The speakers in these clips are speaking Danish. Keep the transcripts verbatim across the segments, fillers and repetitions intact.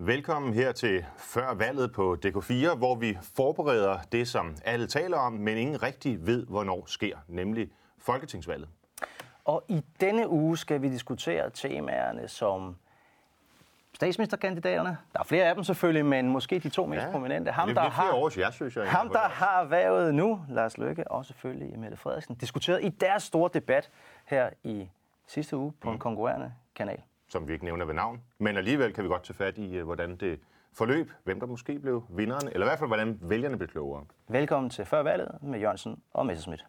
Velkommen her til Før Valget på D K fire, hvor vi forbereder det, som alle taler om, men ingen rigtig ved, hvornår sker, nemlig folketingsvalget. Og i denne uge skal vi diskutere temaerne som statsministerkandidaterne. Der er flere af dem selvfølgelig, men måske de to mest ja, prominente. Ham, det der, har, år, jeg, synes, jeg ham, der har været nu, Lars Løkke, og selvfølgelig Mette Frederiksen, diskuteret i deres store debat her i sidste uge på mm. en konkurrerende kanal. Som vi ikke nævner ved navn. Men alligevel kan vi godt tage fat i, hvordan det forløb, hvem der måske blev vinderen, eller i hvert fald, hvordan vælgerne blev klogere. Velkommen til Før Valget med Jørgensen og Messerschmidt.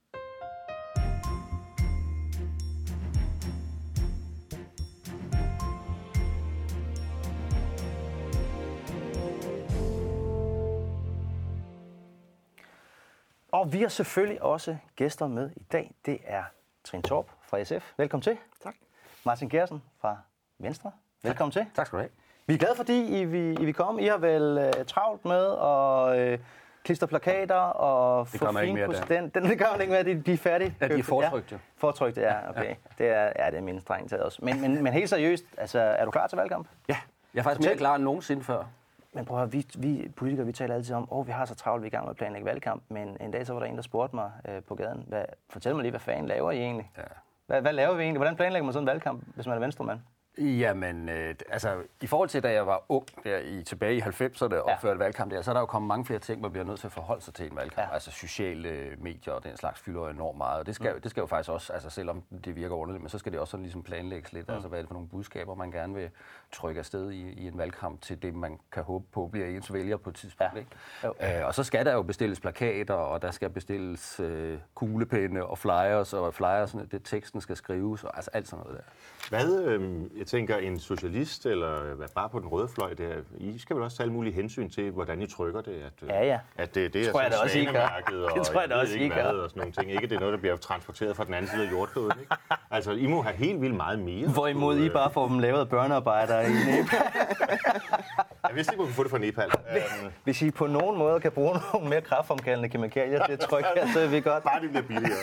Og vi har selvfølgelig også gæster med i dag. Det er Trine Torp fra S F. Velkommen til. Tak. Martin Geertsen fra Venstre. Velkommen tak. til. Tak skal du have. Vi er glade, fordi I vil, I vil komme. I har vel uh, travlt med at uh, klistre plakater og det få fin på den. Den det gør man ikke mere, de, de er færdige. Ja, de er fortrykte. Ja, fortrykte, ja, okay. Ja. Det er, ja, det er min strengt taget også. Men, men, men helt seriøst, altså, er du klar til valgkamp? Ja, jeg er faktisk mere klar end nogensinde før. Men prøv at høre, vi, vi politikere, vi taler altid om, åh, oh, vi har så travlt, vi er i gang med at planlægge valgkamp, men en dag så var der en, der spurgte mig øh, på gaden, hvad, fortæl mig lige, hvad fanden laver I egentlig? Ja. Hvad, hvad laver vi egentlig? Hvordan planlægger man sådan en valgkamp, hvis man er venstremand? Jamen, øh, altså, i forhold til, da jeg var ung, der i, tilbage i halvfemserne og ja. førte valgkamp der, så er der jo kommet mange flere ting, man bliver nødt til at forholde sig til en valgkamp. Ja. Altså, sociale medier og den slags fylder enormt meget, og det skal, mm. det skal jo faktisk også, altså selvom det virker underligt, men så skal det også sådan ligesom planlægges lidt. Mm. Altså, hvad er det for nogle budskaber, man gerne vil trykke afsted i, i en valgkamp til det, man kan håbe på bliver ens vælger på et tidspunkt. Ja. Øh, og så skal der jo bestilles plakater, og der skal bestilles øh, kuglepenne og flyers, og flyers, det teksten skal skrives, og altså alt sådan noget der. Hvad, øh, jeg tænker, en socialist, eller hvad, bare på den røde fløj, der, I skal vel også tage alle mulige hensyn til, hvordan I trykker det? At, ja, ja. At det, det er sådan svanemærket, og det tror jeg, jeg også, ikke hvad, og sådan nogle ting. Ikke det er noget, der bliver transporteret fra den anden side af jordkloden, ikke? Altså, I må have helt vildt meget mere. Hvorimod I bare får dem lavet børnearbejdere i Nepal. Jeg vidste ikke, hvor vi kunne få det fra Nepal. Hvis I på nogen måde kan bruge nogle mere kraftfremkaldende kemikalier, det trykker jeg, så er vi godt. Bare det bliver billigere.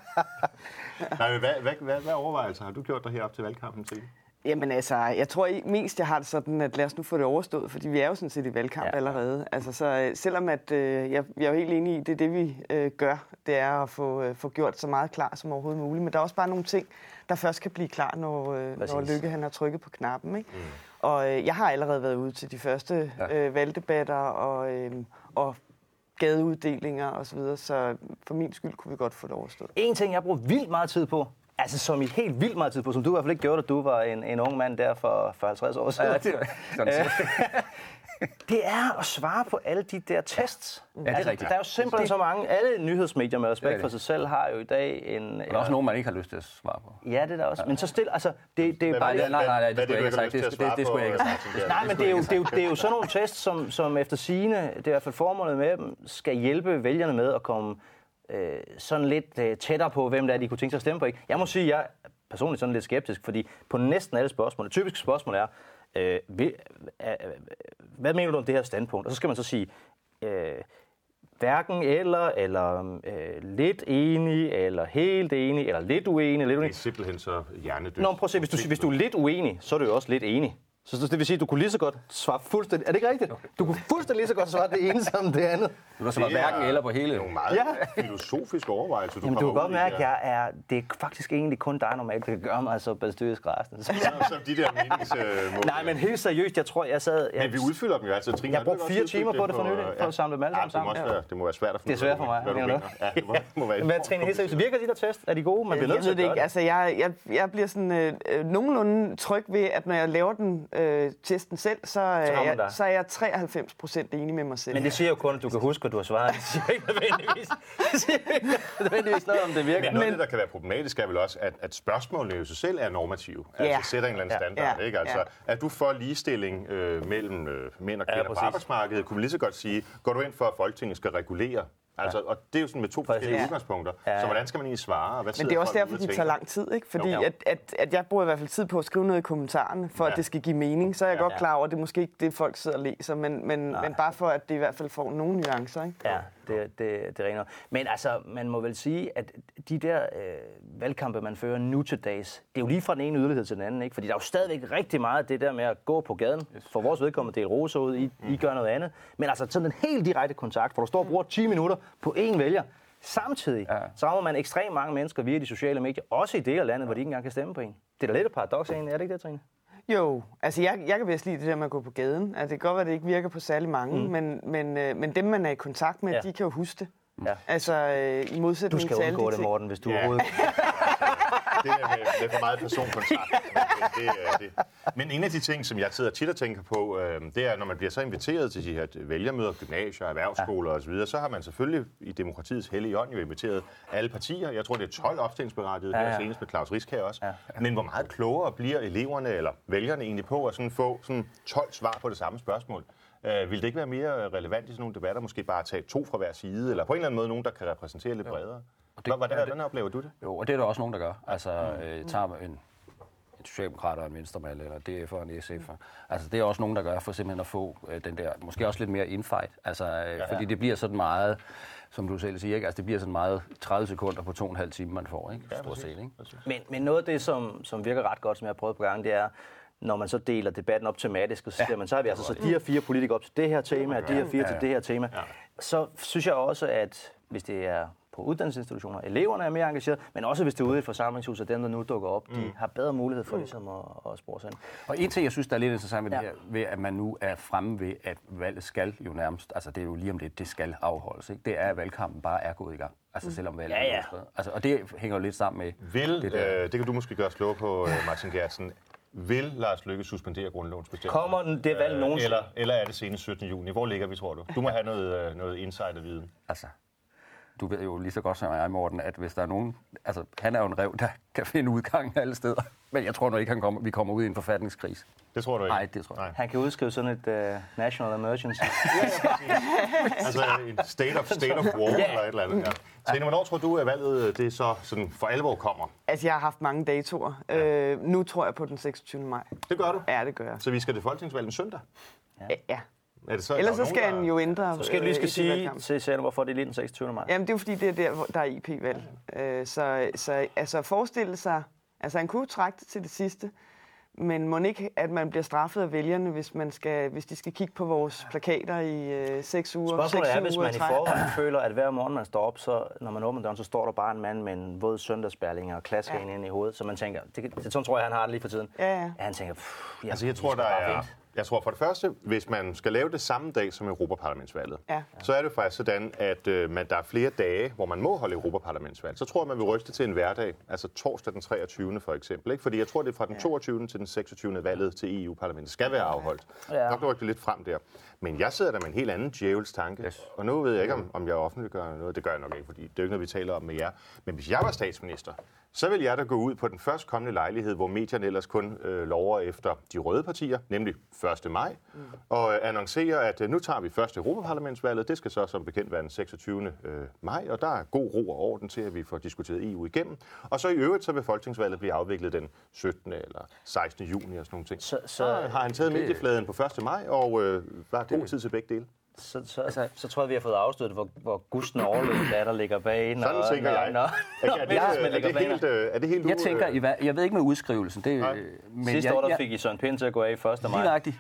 Nej, men hvad, hvad, hvad, hvad overvejelser har du gjort dig herop til valgkampen til? Jamen altså, jeg tror mest, jeg har det sådan, at lad os nu få det overstået, fordi vi er jo sådan set i valgkamp ja. allerede. Altså, så selvom at, øh, jeg, jeg er jo helt enig i, det er det, vi øh, gør, det er at få, øh, få gjort så meget klar som overhovedet muligt. Men der er også bare nogle ting, der først kan blive klar, når, øh, når Løkke han har trykket på knappen. Ikke? Mm. Og øh, jeg har allerede været ude til de første øh, valgdebatter og, øh, og gadeuddelinger osv., så, videre, så for min skyld kunne vi godt få det overstået. En ting, jeg bruger vildt meget tid på, altså som i helt vildt meget tid på, som du i hvert fald ikke gjorde, da du var en, en ung mand der for, for halvtreds år siden. Ja, det, det er at svare på alle de der tests. Ja, det er altså, rigtigt. Der er jo simpelthen så mange. Alle nyhedsmedier med respekt for sig selv har jo i dag en... Der er også nogen, man ikke har lyst til at svare på. Ja, det er der også. Ja. Men så stil, altså... Det, det er bare... Nej, nej, nej, det skulle jeg ikke have sagt. Det, det, det skulle jeg ikke have sagt. Nej, men det er, jo, det, er jo, det er jo sådan nogle tests, som, som efter sigende, det er i hvert fald formålet med dem, skal hjælpe vælgerne med at komme øh, sådan lidt øh, tættere på, hvem der er, de kunne tænke sig at stemme på. Ikke? Jeg må sige, jeg er personligt sådan lidt skeptisk, fordi på næsten alle spørgsmål, det typiske spørgsmål er, øh, vil, øh, hvad mener du om det her standpunkt? Og så skal man så sige, øh, hverken eller, eller øh, lidt enig, eller helt enig, eller lidt uenig. Lidt uenig. Det er simpelthen så hjernedødt. Nå, prøv at se, hvis du, hvis du er lidt uenig, så er du jo også lidt enig. Så det vil sige, at du kunne lige så godt svare fuldstændig... Er det ikke rigtigt? Du kunne fuldstændig lige så godt svare det ene som det andet. Du var så hverken eller på hele. Det er nogle meget ja. filosofiske overvejelser, du Jamen, kommer du kan godt mærke, at jeg er... Det er faktisk egentlig kun dig normalt, der kan gøre mig så balstørisk resten. Som de der meningsmål. Nej, men helt seriøst, jeg tror, jeg sad... Jeg, men vi udfylder dem jo altid. Trine, jeg har brugt fire timer på det for nylig, for at samle dem alle sammen. Ja, det må være svært at finde. Det er svært for mig. Hvad du mener. Ja, det må, må være. Men Trine, helt seriøst, virker de der test? Er de gode? Man bliver nødt til at gøre det. Altså, jeg, jeg, jeg bliver sådan øh, nogenlunde tryg ved, at når jeg laver den øh, testen selv, så, øh, så, jeg, så er jeg treoghalvfems procent enig med mig selv. Men det siger jo kun, at du kan huske, at du har svaret. Det siger ikke nødvendigvis, det siger ikke nødvendigvis noget om det virker. Men noget af det, der kan være problematisk, er vel også, at, at spørgsmålene i sig selv er normative. Altså ja. sætter en eller anden standard. Ja. Ikke? Altså, ja. Er du for ligestilling øh, mellem øh, mænd og kvinder ja, på arbejdsmarkedet, kunne vi lige så godt sige, går du ind for, at Folketinget skal regulere? Altså, og det er jo sådan med to forskellige ja. udgangspunkter. Ja. Så hvordan skal man egentlig svare? Hvad Men det er også derfor, de tager lang tid, ikke? Fordi at, at, at jeg bruger i hvert fald tid på at skrive noget i kommentarerne, for ja. at det skal give mening. Så er jeg ja. godt klar over, at det er måske ikke det, folk sidder og læser, men, men, men bare for, at det i hvert fald får nogle nuancer, ikke? Ja. Det, det, det regner. Men altså, man må vel sige, at de der øh, valgkampe, man fører nu til dags, det er jo lige fra den ene yderlighed til den anden, ikke? Fordi der er jo stadigvæk rigtig meget af det der med at gå på gaden. For vores vedkommende, det er roser ud, I, I gør noget andet. Men altså sådan en helt direkte kontakt, hvor du står og bruger ti minutter på én vælger. Samtidig ja. så rammer man ekstremt mange mennesker via de sociale medier, også i dele af landet, hvor de ikke engang kan stemme på en. Det er da lidt et paradoks egentlig, er det ikke det, Trine? Jo, altså jeg, jeg kan bedst lide det der med at gå på gaden. Altså det kan godt være, at det ikke virker på særlig mange, mm. men, men, øh, men dem, man er i kontakt med, ja. de kan jo huske det. Ja. Altså øh, i modsætning til alle de ting. Du skal undgå det, Morten, hvis du ja. overhovedet... det er med, med for meget personkontakt. Det, det, det. Men en af de ting, som jeg sidder tit og tænker på, øh, det er, når man bliver så inviteret til de her vælgermøder, gymnasier, erhvervsskoler ja. osv., så har man selvfølgelig i demokratiets hellige ånd jo inviteret alle partier. Jeg tror, det er tolv opstillingsberettigede, ja, ja. her senest med Claus Riskær også. Ja. Men hvor meget klogere bliver eleverne eller vælgerne egentlig på at sådan få sådan tolv svar på det samme spørgsmål? Uh, vil det ikke være mere relevant i sådan nogle debatter, måske bare at tage to fra hver side, eller på en eller anden måde nogen, der kan repræsentere lidt bredere? Det, hvordan, hvordan oplever du det? Jo, og det er der også nogen, der gør. Altså, mm. øh, tager en, en socialdemokrat og en venstremand, eller D F'er og en S F'er. Altså, det er også nogen, der gør for simpelthen at få øh, den der, måske også lidt mere infight. Altså, øh, ja. fordi det bliver sådan meget, som du selv siger, ikke? Altså, det bliver sådan meget tredive sekunder på to og en halv time, man får, ikke? Stort set, ikke? Men, men noget af det, som, som virker ret godt, som jeg har prøvet på gang, det er, når man så deler debatten op tematisk, og så siger ja. man, så har vi altså så de her fire politikere op til det her tema, og de her fire ja, ja. til det her tema. Ja. Så synes jeg også, at hvis det er på uddannelsesinstitutioner, eleverne er mere engageret, men også hvis det er ude i et forsamlingshus, og dem, der nu dukker op, mm. de har bedre mulighed for ligesom at, at spore sig ind. Og en ting, jeg synes, der er lidt interessant ved ja. det her, ved at man nu er fremme ved, at valget skal jo nærmest, altså det er jo lige om det, det skal afholdes, ikke? Det er, at valgkampen bare er gået i gang. Altså selvom valget ja, ja. er altså, og det hænger jo lidt sammen med... Vil, det, øh, det kan du måske gøre slå på, Martin Geertsen. Vil Lars Løkke suspendere grundlovens bestemmelser? Kommer det valg nogensinde? Eller, eller er det senest syttende juni? Hvor ligger vi, tror du? Du må have noget, noget insiderviden. Altså, du ved jo lige så godt som jeg, Morten, at hvis der er nogen... Altså, han er jo en rev, der kan finde udgang alle steder. Men jeg tror nu ikke, han kommer, vi kommer ud i en forfatningskrise. Det tror du ikke? Nej, det tror jeg ikke. Han kan udskrive sådan et uh, national emergency. ja, ja, altså en state of, state of war yeah. eller et eller andet. Ja. Trine, hvornår tror du, at valget det så sådan for alvor kommer? Altså, jeg har haft mange datoer. Ja. Øh, nu tror jeg på den seksogtyvende maj. Det gør du? Ja, det gør jeg. Så vi skal til folketingsvalget søndag? Ja. ja. Er det så, ellers så skal han der... jo ændre... Så skal du lige skal sige til Sande, hvorfor det er lige den seksogtyvende maj. Jamen, det er jo fordi, det er der, hvor der er I P-valg. Øh, så, så altså, forestille sig... Altså, han kunne trække det til det sidste, men må ikke, at man bliver straffet af vælgerne, hvis, man skal, hvis de skal kigge på vores plakater i øh, seks uger. Spørgsmålet seks er, hvis man i forvejen føler, at hver morgen man står op, så når man åbner døren, så står der bare en mand med en våd søndagsbærling og klasker ja. ind i hovedet. Så man tænker, det, det, sådan tror jeg, han har det lige for tiden. Ja, ja. Ja, han tænker, ja, altså, jeg tror, der er... Jeg tror for det første, hvis man skal lave det samme dag som Europaparlamentsvalget, ja. så er det faktisk sådan, at øh, man, der er flere dage, hvor man må holde Europaparlamentsvalg. Så tror jeg, man vil ryste til en hverdag, altså torsdag den treogtyvende for eksempel. Ikke? Fordi jeg tror, det er fra den toogtyvende til den seksogtyvende valget til E U-parlamentet skal være afholdt. Ja. Nok rykke det lidt frem der. Men jeg sidder der med en helt anden djævels tanke. Yes. Og nu ved jeg ikke, om, om jeg offentliggør noget. Det gør jeg nok ikke, fordi det er ikke noget, vi taler om med jer. Men hvis jeg var statsminister, så vil jeg da gå ud på den først kommende lejlighed, hvor medierne ellers kun øh, lover efter de røde partier, nemlig første maj, mm. og øh, annoncere, at øh, nu tager vi først Europaparlamentsvalget. Det skal så som bekendt være den seksogtyvende maj, og der er god ro og orden til, at vi får diskuteret E U igennem. Og så i øvrigt, så vil folketingsvalget blive afviklet den syttende eller sekstende juni og sådan nogle ting. Så, så har han taget det, mediefladen på første maj, og øh, var god tid til begge dele. Så, så, altså, så tror jeg, vi har fået afstødt, hvor, hvor gusten overløbet er, der ligger bag. Sådan og, tænker jeg. Nå, nå, nå, er, det, er, det, er, det helt, er det helt... Jeg tænker, i, jeg ved ikke med udskrivelsen. Det, men Sidste jeg, år, der jeg, fik I Søren Pind til at gå af i første maj. Lige nøjagtigt.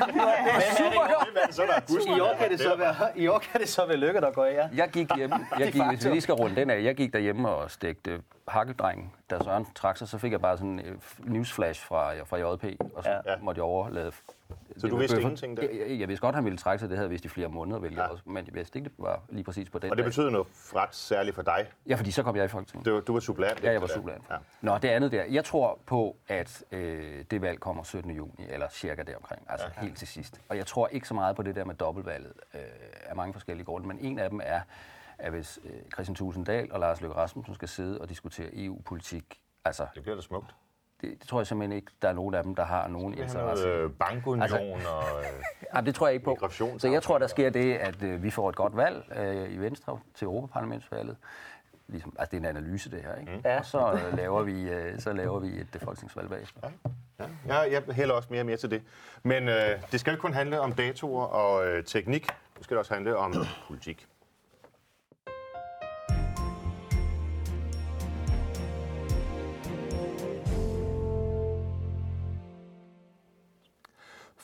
I år kan det så være, i år kan det så være Løkke, der går af, ja. Jeg gik hjemme, jeg gik, hvis vi lige skal runde den af, jeg gik derhjemme og stegte hakkedrengen. Da Søren trak sig, så fik jeg bare sådan en newsflash fra, fra J P, og så ja. måtte jeg overlade. Så du vidste ingenting der? Jeg, jeg, jeg vidste godt, at han ville trække sig. Det havde jeg vidst i flere måneder, vel, ja. også, men jeg vidste ikke, det var lige præcis på den. Og det betyder noget ret særligt for dig? Ja, fordi så kom jeg i Folketinget. Du, du var suppleant? Ja, jeg var suppleant. Ja. Nå, det andet der. Jeg tror på, at øh, det valg kommer syttende juni, eller cirka deromkring, altså ja. helt til sidst. Og jeg tror ikke så meget på det der med dobbeltvalget øh, af mange forskellige grunde, men en af dem er, at hvis øh, Kristian Thulesen Dahl og Lars Løkke Rasmussen skal sidde og diskutere E U-politik, altså... Det bliver da smukt. Det, det tror jeg simpelthen ikke, der er nogen af dem, der har nogen interesse. Øh, bankunion altså, og... Øh, det tror jeg ikke på. Så jeg tror, der sker det, at øh, vi får et godt valg øh, i Venstre til Europaparlamentsvalget. Ligesom, altså, det er en analyse, det her, ikke? Mm. Og så, øh, laver vi, øh, så laver vi et øh, folketingsvalg bagefter. Ja. Ja. Jeg, jeg hælder også mere og mere til det. Men øh, det skal ikke kun handle om datoer og øh, teknik. Det skal også handle om politik.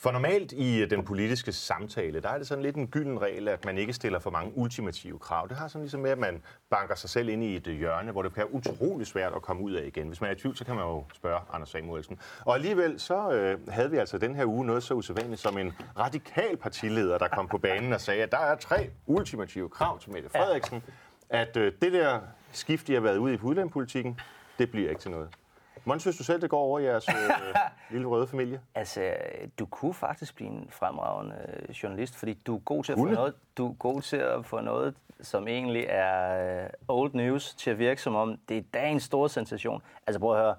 For normalt i den politiske samtale, der er det sådan lidt en gylden regel, at man ikke stiller for mange ultimative krav. Det har sådan ligesom med, at man banker sig selv ind i et hjørne, hvor det kan være utrolig svært at komme ud af igen. Hvis man er i tvivl, så kan man jo spørge Anders Samuelsen. Og alligevel så øh, havde vi altså den her uge noget så usædvanligt som en radikal partileder, der kom på banen og sagde, at der er tre ultimative krav til Mette Frederiksen. At øh, det der skift, de har været ude i på udlændingepolitikken, det bliver ikke til noget. Hvordan synes du selv, det går over jeres øh, lille røde familie? Altså, du kunne faktisk blive en fremragende journalist, fordi du er god til at få noget, du er god til at få noget, som egentlig er old news, til at virke som om, det er dagens store sensation. Altså, prøv at høre,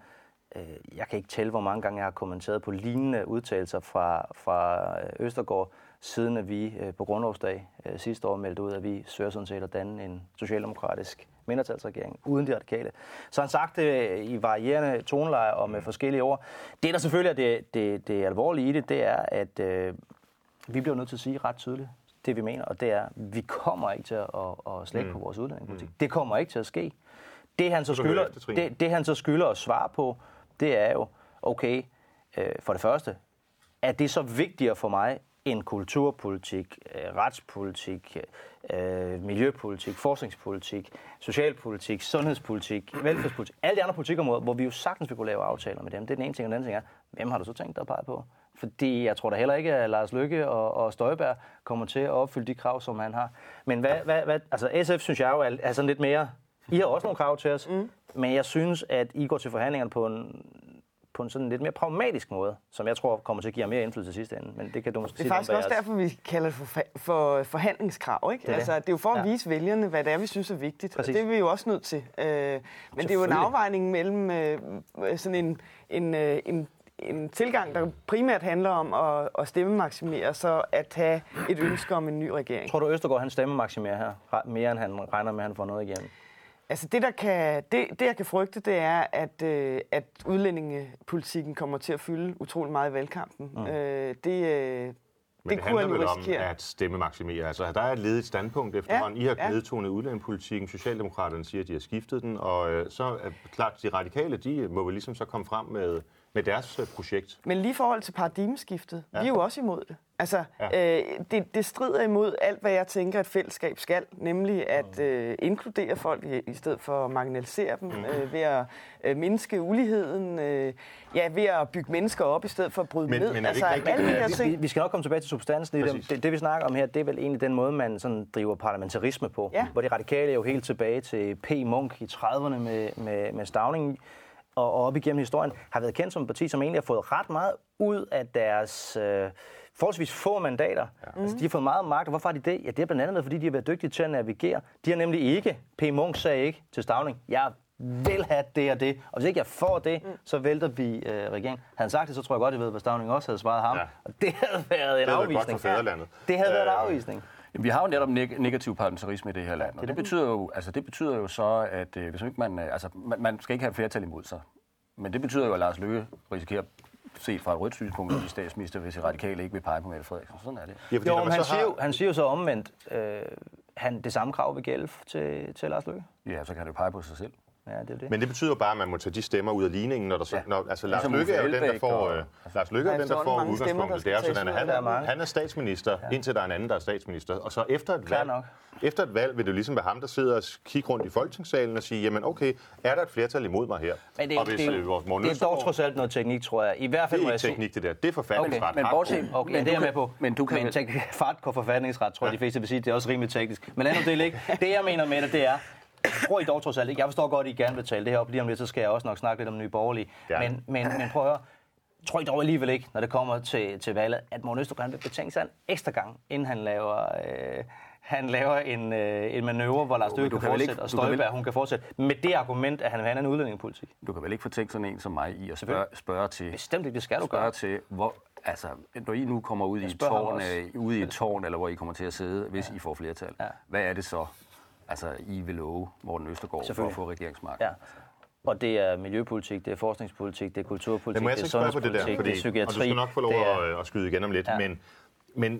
jeg kan ikke tælle, hvor mange gange jeg har kommenteret på lignende udtalelser fra, fra Østergaard, siden at vi på grundlovsdag sidste år meldte ud, at vi søger sådan set at danne en socialdemokratisk mindretalsregering uden de radikale. Så han sagt det i varierende toneleje og med forskellige ord. Det, der selvfølgelig er det, det, det alvorlige i det, det er, at øh, vi bliver nødt til at sige ret tydeligt det, vi mener, og det er, at vi kommer ikke til at, at, at slække mm. på vores udlændingepolitik. Mm. Det kommer ikke til at ske. Det, han så skylder, det, det, han så skylder at svare på, det er jo, okay, øh, for det første, er det så vigtigere for mig, en kulturpolitik, retspolitik, miljøpolitik, forskningspolitik, socialpolitik, sundhedspolitik, velfærdspolitik, alle de andre politikområder, hvor vi jo sagtens vil kunne lave aftaler med dem. Det er den ene ting, og den anden ting er, hvem har du så tænkt dig at pege på? Fordi jeg tror da heller ikke, at Lars Løkke og, og Støjberg kommer til at opfylde de krav, som han har. Men hvad, hvad, hvad, altså S F synes jeg jo er, er sådan lidt mere, I har også nogle krav til os, mm. men jeg synes, at I går til forhandlingerne på en på en sådan lidt mere pragmatisk måde, som jeg tror kommer til at give jer mere indflydelse til sidste ende. Men det kan du måske sige. Det er faktisk også derfor, vi kalder det for, for forhandlingskrav. Ikke? Det, er altså, det er jo for at vise ja. vælgerne, hvad det er, vi synes er vigtigt. Præcis. Og det er vi jo også nødt til. Øh, men det er jo en afvejning mellem øh, sådan en, en, øh, en, en tilgang, der primært handler om at, at stemmemaksimere, så at have et ønske om en ny regering. Tror du, Østergaard han stemmemaksimerer her mere, end han regner med, at han får noget igennem? Altså det, der kan, det, det, jeg kan frygte, det er, at, øh, at udlændingepolitikken kommer til at fylde utrolig meget i valgkampen. Mm. Øh, det, øh, Men det, det handler vel om at stemmemaksimere. Altså, der er et ledigt standpunkt efterhånden. Ja, I har ja. nedtonet udlændingepolitikken. Socialdemokraterne siger, at de har skiftet den. Og øh, så er klart, de radikale, de må vel ligesom så komme frem med, med deres øh, projekt. Men lige i forhold til paradigmeskiftet, ja. vi er jo også imod det. Altså, ja. øh, det, det strider imod alt, hvad jeg tænker, et fællesskab skal, nemlig at øh, inkludere folk i, i stedet for at marginalisere dem, mm. øh, ved at øh, mindske uligheden, øh, ja, ved at bygge mennesker op i stedet for at bryde men, ned. Men altså, ikke alle de ting. Vi, vi skal nok komme tilbage til substansen. Det, det, det, vi snakker om her, det er vel egentlig den måde, man sådan driver parlamentarisme på, ja. hvor de radikale er jo helt tilbage til P. Munch i trediverne med, med, med Stauning, og, og op igennem historien, har været kendt som et parti, som egentlig har fået ret meget ud af deres øh, forholdsvis få mandater. Ja. Altså, de har fået meget magt, og hvorfor har de det? Ja, det er blandt andet, fordi de har været dygtige til at navigere. De har nemlig ikke, P. Munch sagde ikke til Stauning, jeg vil have det og det, og hvis ikke jeg får det, mm. så vælter vi øh, regeringen. Havde han sagt det, så tror jeg godt, jeg ved, hvad Stauning også havde svaret ham. Ja. Og det havde været en det afvisning. Godt for det havde øh, været en afvisning. Vi har jo netop neg- negativ parlamentarisme i det her land, og det betyder jo, altså det betyder jo så, at øh, hvis ikke man, altså man, man skal ikke have flertal imod sig. Men det betyder jo, at Lars Løkke risikerer, set fra et rødt synspunkt, at de statsminister, hvis de radikale ikke vil pege på Mette Frederiksen. Sådan er det. Ja, jo, men han, siger jo, han siger jo så omvendt, øh, han det samme krav vil gælde til, til Lars Løkke. Ja, så kan han jo pege på sig selv. Ja, det er det. Men det betyder bare, at man må tage de stemmer ud af ligningen, når der så, ja. når, altså Lars Løkke er jo den, der får, og, øh, Lars Løkke er den, der får udgangspunktet. Det er sådan, at han, er, han er statsminister, ja. indtil der er en anden, der er statsminister. Og så efter et valg, efter et valg vil det ligesom være ham, der sidder og kigger rundt i folketingssalen og siger, jamen okay, er der et flertal imod mig her? Men det, og hvis, det, øh, vores det er dog trods alt noget teknik, tror jeg. I hvert fald det er ikke teknik, det der. Det er forfatningsret. Okay, men bortset, okay, men det er med på. Men du kan men fart forfatningsret, tror jeg, de fleste vil sige, det er også rimelig teknisk. Men lad nu det ligge. Det jeg mener med det, det er, tror I dog trods alt ikke. Jeg forstår godt, at I gerne vil tale det her op lige om lidt, så skal jeg også nok snakke lidt om Nye Borgerlige. Ja. Men, men, men prøv at høre. Tror I dog alligevel ikke, når det kommer til, til valget, at Morten Østergaard vil betænke sig en ekstra gang, inden han laver, øh, han laver en, øh, en manøvre, hvor Lars Løkke kan fortsætte, ikke, og Støjberg, vel, hun kan fortsætte, med det argument, at han vil have en udlændingepolitik? Du kan vel ikke fortænke sådan en som mig i at spørge, spørge til... Bestemt ikke, det skal du spørge gøre. til, hvor, altså, når I nu kommer ud i et tårn, øh, ude i et tårn, eller hvor I kommer til at sidde, hvis ja. I får flertal, ja. hvad er det så, altså, I vil love Morten Østergaard for at få regeringsmagten? Ja. Og det er miljøpolitik, det er forskningspolitik, det er kulturpolitik, det er sundhedspolitik, det, det er psykiatri. Og du skal nok få lov er... at skyde igen om lidt, ja. men, men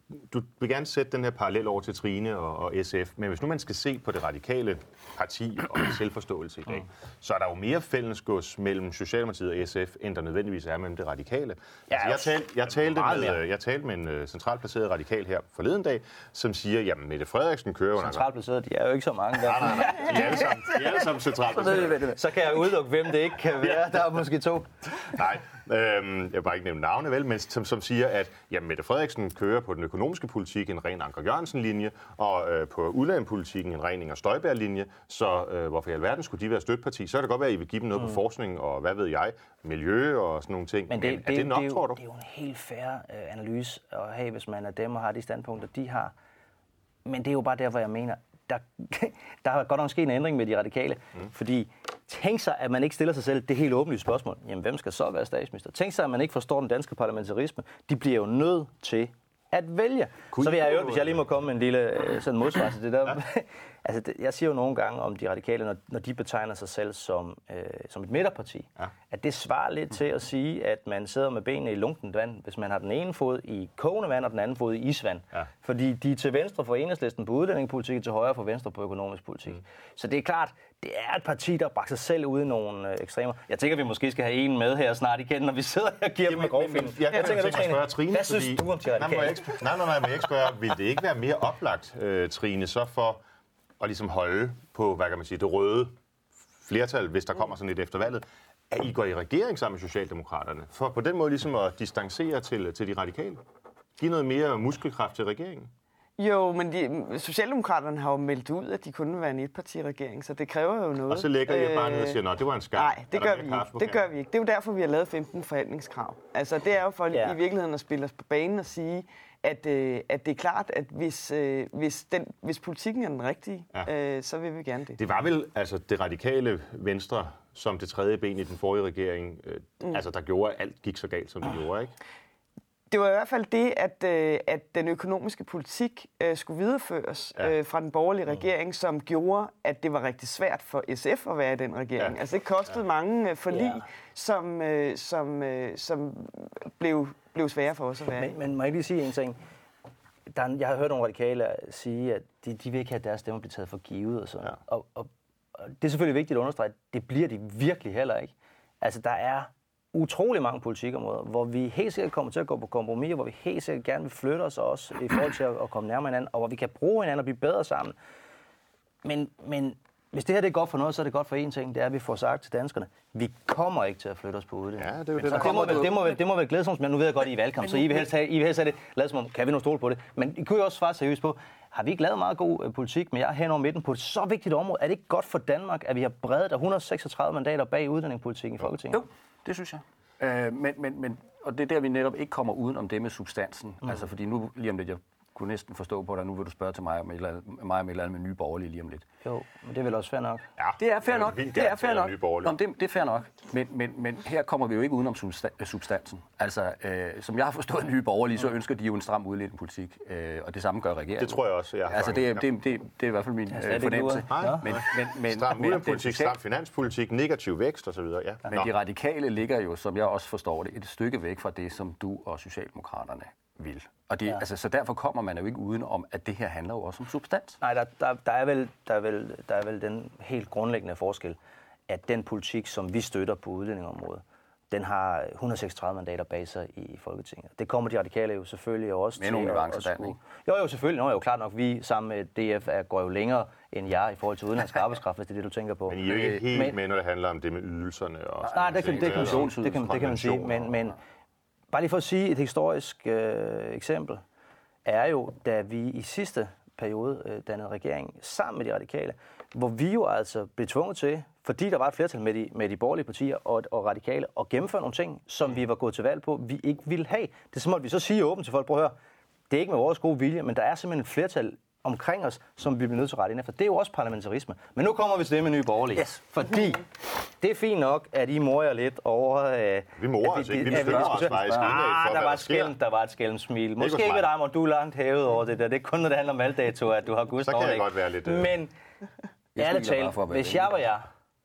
du vil gerne sætte den her parallel over til Trine og, og S F, men hvis nu man skal se på det radikale parti og selvforståelse i dag, mm. så er der jo mere fællesgods mellem Socialdemokratiet og S F, end der nødvendigvis er mellem det radikale. Ja, altså, jeg, talte, jeg, talte med, jeg talte med en uh, centralt placeret radikal her forleden dag, som siger, jamen Mette Frederiksen kører under... Centralt placeret, de er jo ikke så mange. Der. Nej, nej, nej. De er alle sammen, de er alle sammen centralt placeret. Så kan jeg udelukke, hvem det ikke kan være. Ja. Der er måske to. Nej, øhm, jeg vil bare ikke nævne navne, vel, men som, som siger, at jamen, Mette Frederiksen kører på den økonomiske politik en ren Anker Jørgensen-linje, og øh, på udlændingepolitikken en ren Inger Støjberg-linje, så øh, hvorfor i alverden skulle de være støtteparti? Så er det godt være, at I vil give dem noget mm. på forskning og hvad ved jeg, miljø og sådan nogle ting. Men, det, men er det, det nok, det, tror du? Det er jo en helt fair øh, analyse at have, hvis man er dem og har de standpunkter, de har. Men det er jo bare der, hvor jeg mener, der, der har godt nok sket en ændring med de radikale. Mm. Fordi tænk sig, at man ikke stiller sig selv det helt åbenlyse spørgsmål. Jamen, hvem skal så være statsminister? Tænk sig, at man ikke forstår den danske parlamentarisme. De bliver jo nødt til at vælge. Kunne så vil jeg jo, hvis jeg lige må komme med en lille sådan modsvar til det der. Ja. Altså, det, jeg siger jo nogle gange om de radikale, når, når de betegner sig selv som, øh, som et midterparti, ja. At det svarer lidt til at sige, at man sidder med benene i lunkent vand, hvis man har den ene fod i kogende vand og den anden fod i isvand. Ja. Fordi de er til venstre for Enhedslisten på udlændingepolitik, til højre for venstre på økonomisk politik. Mm. Så det er klart, det er et parti, der bragte sig selv ud i nogle øh, ekstremer. Jeg tænker, vi måske skal have en med her snart igen, når vi sidder her og giver dem en grovfilm. Jeg, jeg, jeg tænker, du, Trine, Trine, hvad synes fordi, du om de radikale? Nej, nej, nej, nej, men jeg ikke spørge, vil det ikke være mere oplagt, øh, Trine, så for at ligesom holde på, hvad kan man sige, det røde flertal, hvis der kommer sådan lidt efter valget, at I går i regering sammen med Socialdemokraterne, for på den måde ligesom at distancere til, til de radikale? Give noget mere muskelkraft til regeringen? Jo, men de, Socialdemokraterne har jo meldt ud, at de kunne være en etpartiregering, så det kræver jo noget. Og så lægger I bare ned og siger, nå, det var en skam. Nej, det gør vi ikke. Det gør vi ikke. Det er jo derfor, vi har lavet femten forhandlingskrav. Altså, det er jo for ja. i virkeligheden at spille os på banen og sige, at, øh, at det er klart, at hvis, øh, hvis, den, hvis politikken er den rigtige, ja. øh, så vil vi gerne det. Det var vel altså det radikale Venstre som det tredje ben i den forrige regering, øh, mm. altså der gjorde, at alt gik så galt, som det oh. gjorde, ikke? Det var i hvert fald det, at, øh, at den økonomiske politik øh, skulle videreføres ja. øh, fra den borgerlige regering, som gjorde, at det var rigtig svært for S F at være i den regering. Ja. Altså det kostede ja. mange øh, forlig, ja. som, øh, som, øh, som blev, blev svære for os at være. Men, men må jeg lige sige en ting? Der er, jeg har hørt nogle radikale sige, at de, de vil ikke have, at deres stemmer bliver taget for givet. Og, sådan. Ja. Og, og, og det er selvfølgelig vigtigt at understrege, at det bliver de virkelig heller ikke. Altså der er utrolig mange politikområder, hvor vi helt sikkert kommer til at gå på kompromis, hvor vi helt sikkert gerne vil flytte os også i forhold til at komme nærmere hinanden, og hvor vi kan bruge hinanden og blive bedre sammen. Men, men hvis det her det er godt for noget, så er det godt for én ting, det er, at vi får sagt til danskerne, vi kommer ikke til at flytte os på ude. Ja, det er jo det, det, må vel, det, må vel, det må vel glæde sig, men nu ved jeg godt, I er valgkamp, så I vil helst have, I vil helst have det, lad som om, kan vi nu stole på det? Men I kunne jo også svare seriøst på, har vi ikke lavet meget god uh, politik, men jeg er hen over midten på et så vigtigt område? Er det ikke godt for Danmark, at vi har bredt et hundrede og seksogtredive mandater bag udlændingepolitikken i Folketinget? Jo, det synes jeg. Øh, men, men, men, og det er der, vi netop ikke kommer uden om det med substansen. Mm. Altså, fordi nu, lige om lidt, jeg kunne næsten forstå på dig, nu vil du spørge til mig om et eller andet, mig om et eller andet med Nye Borgerlige lige om lidt. Jo, men det er vel også fair nok. Ja, det er fair nok. Det er fair nok. Nå, det, det er fair nok. Men, men, men her kommer vi jo ikke uden om substansen. Altså, øh, som jeg har forstået Nye Borgerlige, så ønsker de jo en stram udlændingepolitik, øh, og det samme gør regeringen. Det tror jeg også, ja. Altså, det er, det, det, det er i hvert fald min øh, fornemmelse. Men, men, men, stram udlændingepolitik, stram finanspolitik, negativ vækst osv. Ja. Men Nå. de radikale ligger jo, som jeg også forstår det, et stykke væk fra det, som du og Socialdemokraterne vil. Og det, ja. altså, så derfor kommer man jo ikke uden om, at det her handler jo også om substans. Nej, der, der, der, er, vel, der, er, vel, der er vel den helt grundlæggende forskel, at den politik, som vi støtter på udlændingeområdet, den har et hundrede og seksogtredive mandater bag sig i Folketinget. Det kommer de radikale jo selvfølgelig også med til. Med nogle nuancer der, ikke? Jo, jo, selvfølgelig. Nå, jo, klart nok, vi sammen med D F er, går jo længere end jer i forhold til udenlandsk arbejdskraft, hvis det er det, du tænker på. Men I er jo ikke helt men, med, når det handler om det med ydelserne og sådan nej, det kan, det, det, kan man sige, det, kan, det kan man sige, men, men bare lige for at sige et historisk øh, eksempel, er jo, da vi i sidste periode øh, dannede regering sammen med de radikale, hvor vi jo altså blev tvunget til, fordi der var et flertal med de, med de borgerlige partier og, og radikale, at gennemføre nogle ting, som vi var gået til valg på, vi ikke ville have. Det så måtte vi så sige åbent til folk, prøv at høre, det er ikke med vores gode vilje, men der er simpelthen et flertal omkring os, som vi bliver nødt til at rette ind efter. Det er jo også parlamentarisme. Men nu kommer vi til det med Nye Borgerlige. Yes. Fordi det er fint nok, at I morer lidt over... Øh, vi morer os ikke. Vi bestemmer os faktisk ah, der var et skælm, der var et skælmsmil. Måske ikke ved dig, hvor du er langt hævet over det der. Det er kun, når det handler om valgdato, at du har gudst over det. Så kan jeg godt være lidt... Øh... Men, ærligt talt, hvis jeg var jer,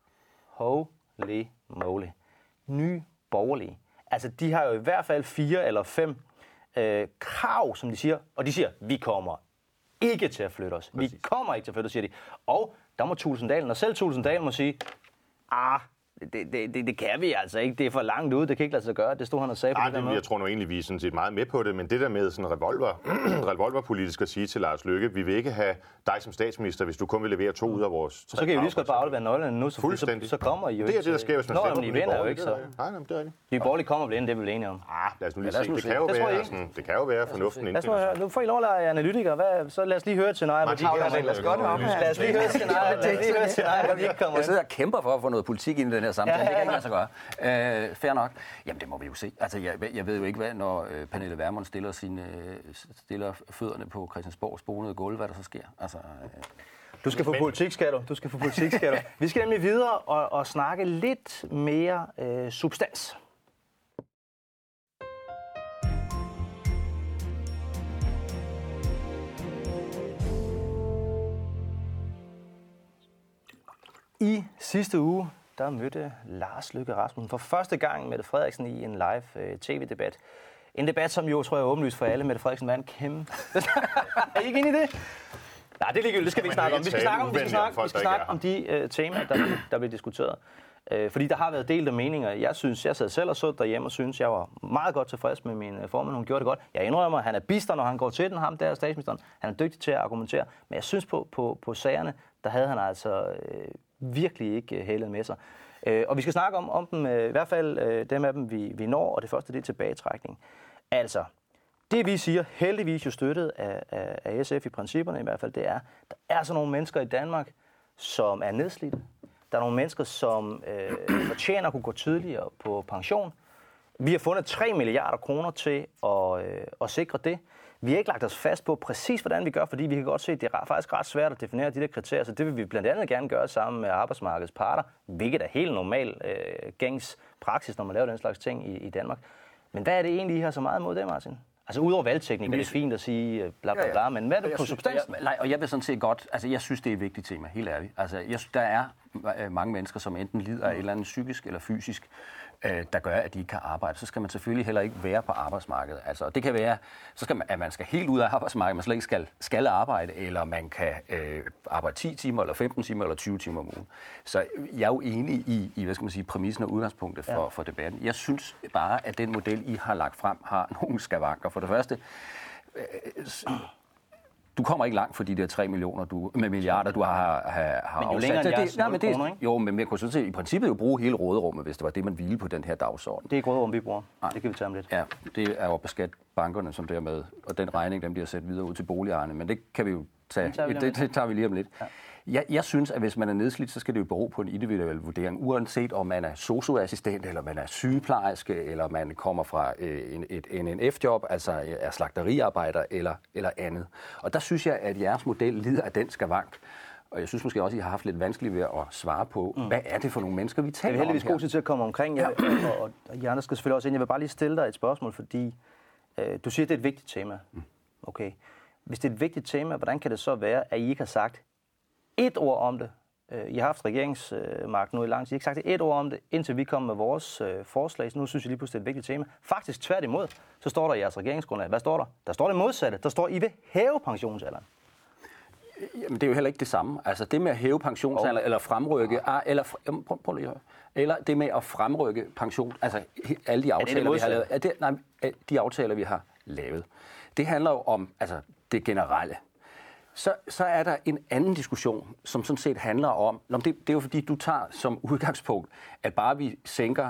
holy moly, Nye Borgerlige. Altså, de har jo i hvert fald fire eller fem øh, krav, som de siger, og de siger, vi kommer ikke til at flytte os. Præcis. Vi kommer ikke til at flytte os, siger de. Og der må Tulsendalen, og selv Tulsendalen må sige, ah, Det, det, det, det kan vi altså ikke. Det er for langt ude. Det kan ikke lade sig gøre. Det stod han og sagde Nej, på det det, jeg tror nu egentlig, vi er sådan set meget med på det, men det der med sådan revolver, revolverpolitisk at sige til Lars Løkke, vi vil ikke have dig som statsminister, hvis du kun vil levere to ud af vores... Så kan I jo lige så godt bare aflevere nøglerne nu, så, så, så kommer I jo. Det er det, der sker, hvis man stemmer på Nye Borgerlige. Jo ikke, så. Nej, nej, det er rigtigt. Nye Borgerlige kommer vel ind, det er vi vel enige om. Ah, lad os nu lige se. Det kan jo være, sådan, det kan jo være fornuften indtil. Nu får I lov at lade analytikere. Så lad os lige høre et scenarie. Lad os godt op. Lad os lige høre et scenarie. Lad os lige høre et scenarie, hvor vi ikke kommer ind. Jeg sidder og kæmper for at få noget politik ind i den her samtale. Det kan ikke lade sig gøre. Øh, fair nok. Jamen, det må vi jo se. Altså, jeg, jeg ved jo ikke, hvad, når øh, Pernille Vermund stiller, sine, øh, stiller fødderne på Christiansborgs bonede gulv, hvad der så sker. Altså, øh. Du skal få Men... politik, skal du. Du skal få politik, skal du. Vi skal nemlig videre og, og snakke lidt mere øh, substans. I sidste uge, der mødte Lars Løkke Rasmussen for første gang Mette Frederiksen i en live øh, tv-debat. En debat, som jo, tror jeg, er åbenlyst for alle. Mette Frederiksen var en kæmpe... Er I ikke inde i det? Nej, det er ligegyldigt. Det skal vi ikke snakke om. Vi skal snakke om, vi skal snakke, vi skal snakke om de øh, temaer, der, der bliver diskuteret. Øh, fordi der har været delte meninger. Jeg synes, jeg sad selv og så derhjemme og synes, jeg var meget godt tilfreds med min formand. Hun gjorde det godt. Jeg indrømmer, at han er bister, når han går til den, ham der statsministeren. Han er dygtig til at argumentere. Men jeg synes, på, på, på sagerne, der havde han altså øh, virkelig ikke hældet med sig. Øh, og vi skal snakke om, om dem, øh, i hvert fald øh, dem af dem, vi, vi når, og det første, det er tilbagetrækning. Altså, det vi siger, heldigvis jo støttet af, af, af S F i principperne i hvert fald, det er, der er så nogle mennesker i Danmark, som er nedslidte. Der er nogle mennesker, som øh, fortjener at kunne gå tidligere på pension. Vi har fundet tre milliarder kroner til at, øh, at sikre det. Vi har ikke lagt os fast på præcis, hvordan vi gør, fordi vi kan godt se, at det er faktisk ret svært at definere de der kriterier, så det vil vi blandt andet gerne gøre sammen med arbejdsmarkedets parter, hvilket er helt normal øh, gængs praksis, når man laver den slags ting i, i Danmark. Men hvad er det egentlig, I har så meget imod det, Martin? Altså udover valgteknik, det er fint at sige bla bla bla, men hvad er det på substansen? Nej, og jeg vil sådan set godt, altså jeg synes, det er et vigtigt tema, helt ærligt. Altså jeg synes, der er mange mennesker, som enten lider af et eller andet psykisk eller fysisk, der gør, at de ikke kan arbejde. Så skal man selvfølgelig heller ikke være på arbejdsmarkedet. Altså, det kan være, så skal man, at man skal helt ud af arbejdsmarkedet, man slet ikke skal, skal arbejde, eller man kan øh, arbejde ti timer, eller femten timer, eller tyve timer om ugen. Så jeg er jo enig i, i hvad skal man sige, præmissen og udgangspunktet for, ja. for debatten. Jeg synes bare, at den model, I har lagt frem, har nogle skavanker. For det første, øh, du kommer ikke langt for de der tre millioner du, med milliarder, du har, har, har men jo afsat. Det, det, nej, men det, kroner, jo, men jeg kunne sådan set i princippet jo bruge hele råderummet, hvis det var det, man ville på den her dagsorden. Det er ikke råderum, vi bruger. Nej. Det kan vi tage om lidt. Ja, det er jo beskat bankerne som dermed, og den regning, den bliver sendt videre ud til boligejerne, men det kan vi jo tage, det tager vi, det, det tager vi lige om lidt. Ja. Jeg, jeg synes, at hvis man er nedslidt, så skal det jo bero på en individuel vurdering, uanset om man er sosu-assistent, eller man er sygeplejerske, eller man kommer fra øh, en, et N N F-job, altså er slagteriarbejder eller, eller andet. Og der synes jeg, at jeres model lider af den skavank. Og jeg synes måske også, at I har haft lidt vanskeligt ved at svare på, mm. hvad er det for nogle mennesker, vi taler om her? Det er heldigvis god tid til at komme omkring, ja. og, og, og I andre skal selvfølgelig også ind. Jeg vil bare lige stille dig et spørgsmål, fordi øh, du siger, at det er et vigtigt tema. Mm. Okay. Hvis det er et vigtigt tema, hvordan kan det så være, at I ikke har sagt et ord om det? I har haft regeringsmagt nu i lang tid. I har ikke sagt et ord om det, indtil vi kom med vores øh, forslag. Så nu synes jeg lige pludselig, det er et vigtigt tema. Faktisk tværtimod, så står der i jeres regeringsgrundlag. Hvad står der? Der står det modsatte. Der står, I vil hæve pensionsalderen. Jamen, det er jo heller ikke det samme. Altså det med at hæve pensionsalderen, okay. eller fremrykke, ah, eller, prøv, prøv lige at høre. Eller det med at fremrykke pension, altså alle de aftaler, vi har lavet. Er det, nej, de aftaler, vi har lavet. Det handler jo om altså, det generelle. Så, så er der en anden diskussion, som sådan set handler om, det, det er jo fordi, du tager som udgangspunkt, at bare vi sænker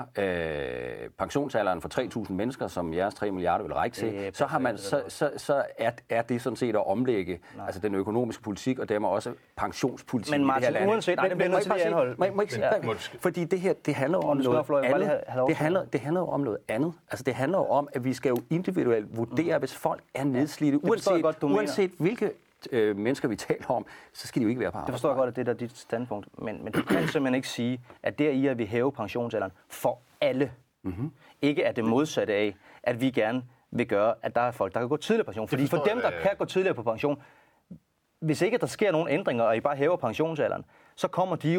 øh, pensionsalderen for tre tusind mennesker, som jeres tre milliarder vil række til, ja, så, har man, så, så, så er, er det sådan set at omlægge altså den økonomiske politik, og dermed også pensionspolitik men Martin, i det her land. Uanset, nej, det bliver nødt til at anholde. Må, må ikke sige, ja. Fordi det her, det handler om noget andet. Det handler, det handler om noget andet. Altså det handler om, at vi skal jo individuelt vurdere, hvis folk er nedslidte, uanset, godt, uanset hvilke Øh, mennesker, vi taler om, så skal de jo ikke være på arbejde. Det forstår jeg godt, at det er dit standpunkt. Men, men du kan simpelthen ikke sige, at der i at vi hæve pensionsalderen for alle, mm-hmm. ikke er det modsatte af, at vi gerne vil gøre, at der er folk, der kan gå tidligere på pension. Fordi for dem, der kan gå tidligere på pension, hvis ikke der sker nogen ændringer, og I bare hæver pensionsalderen, så kommer de jo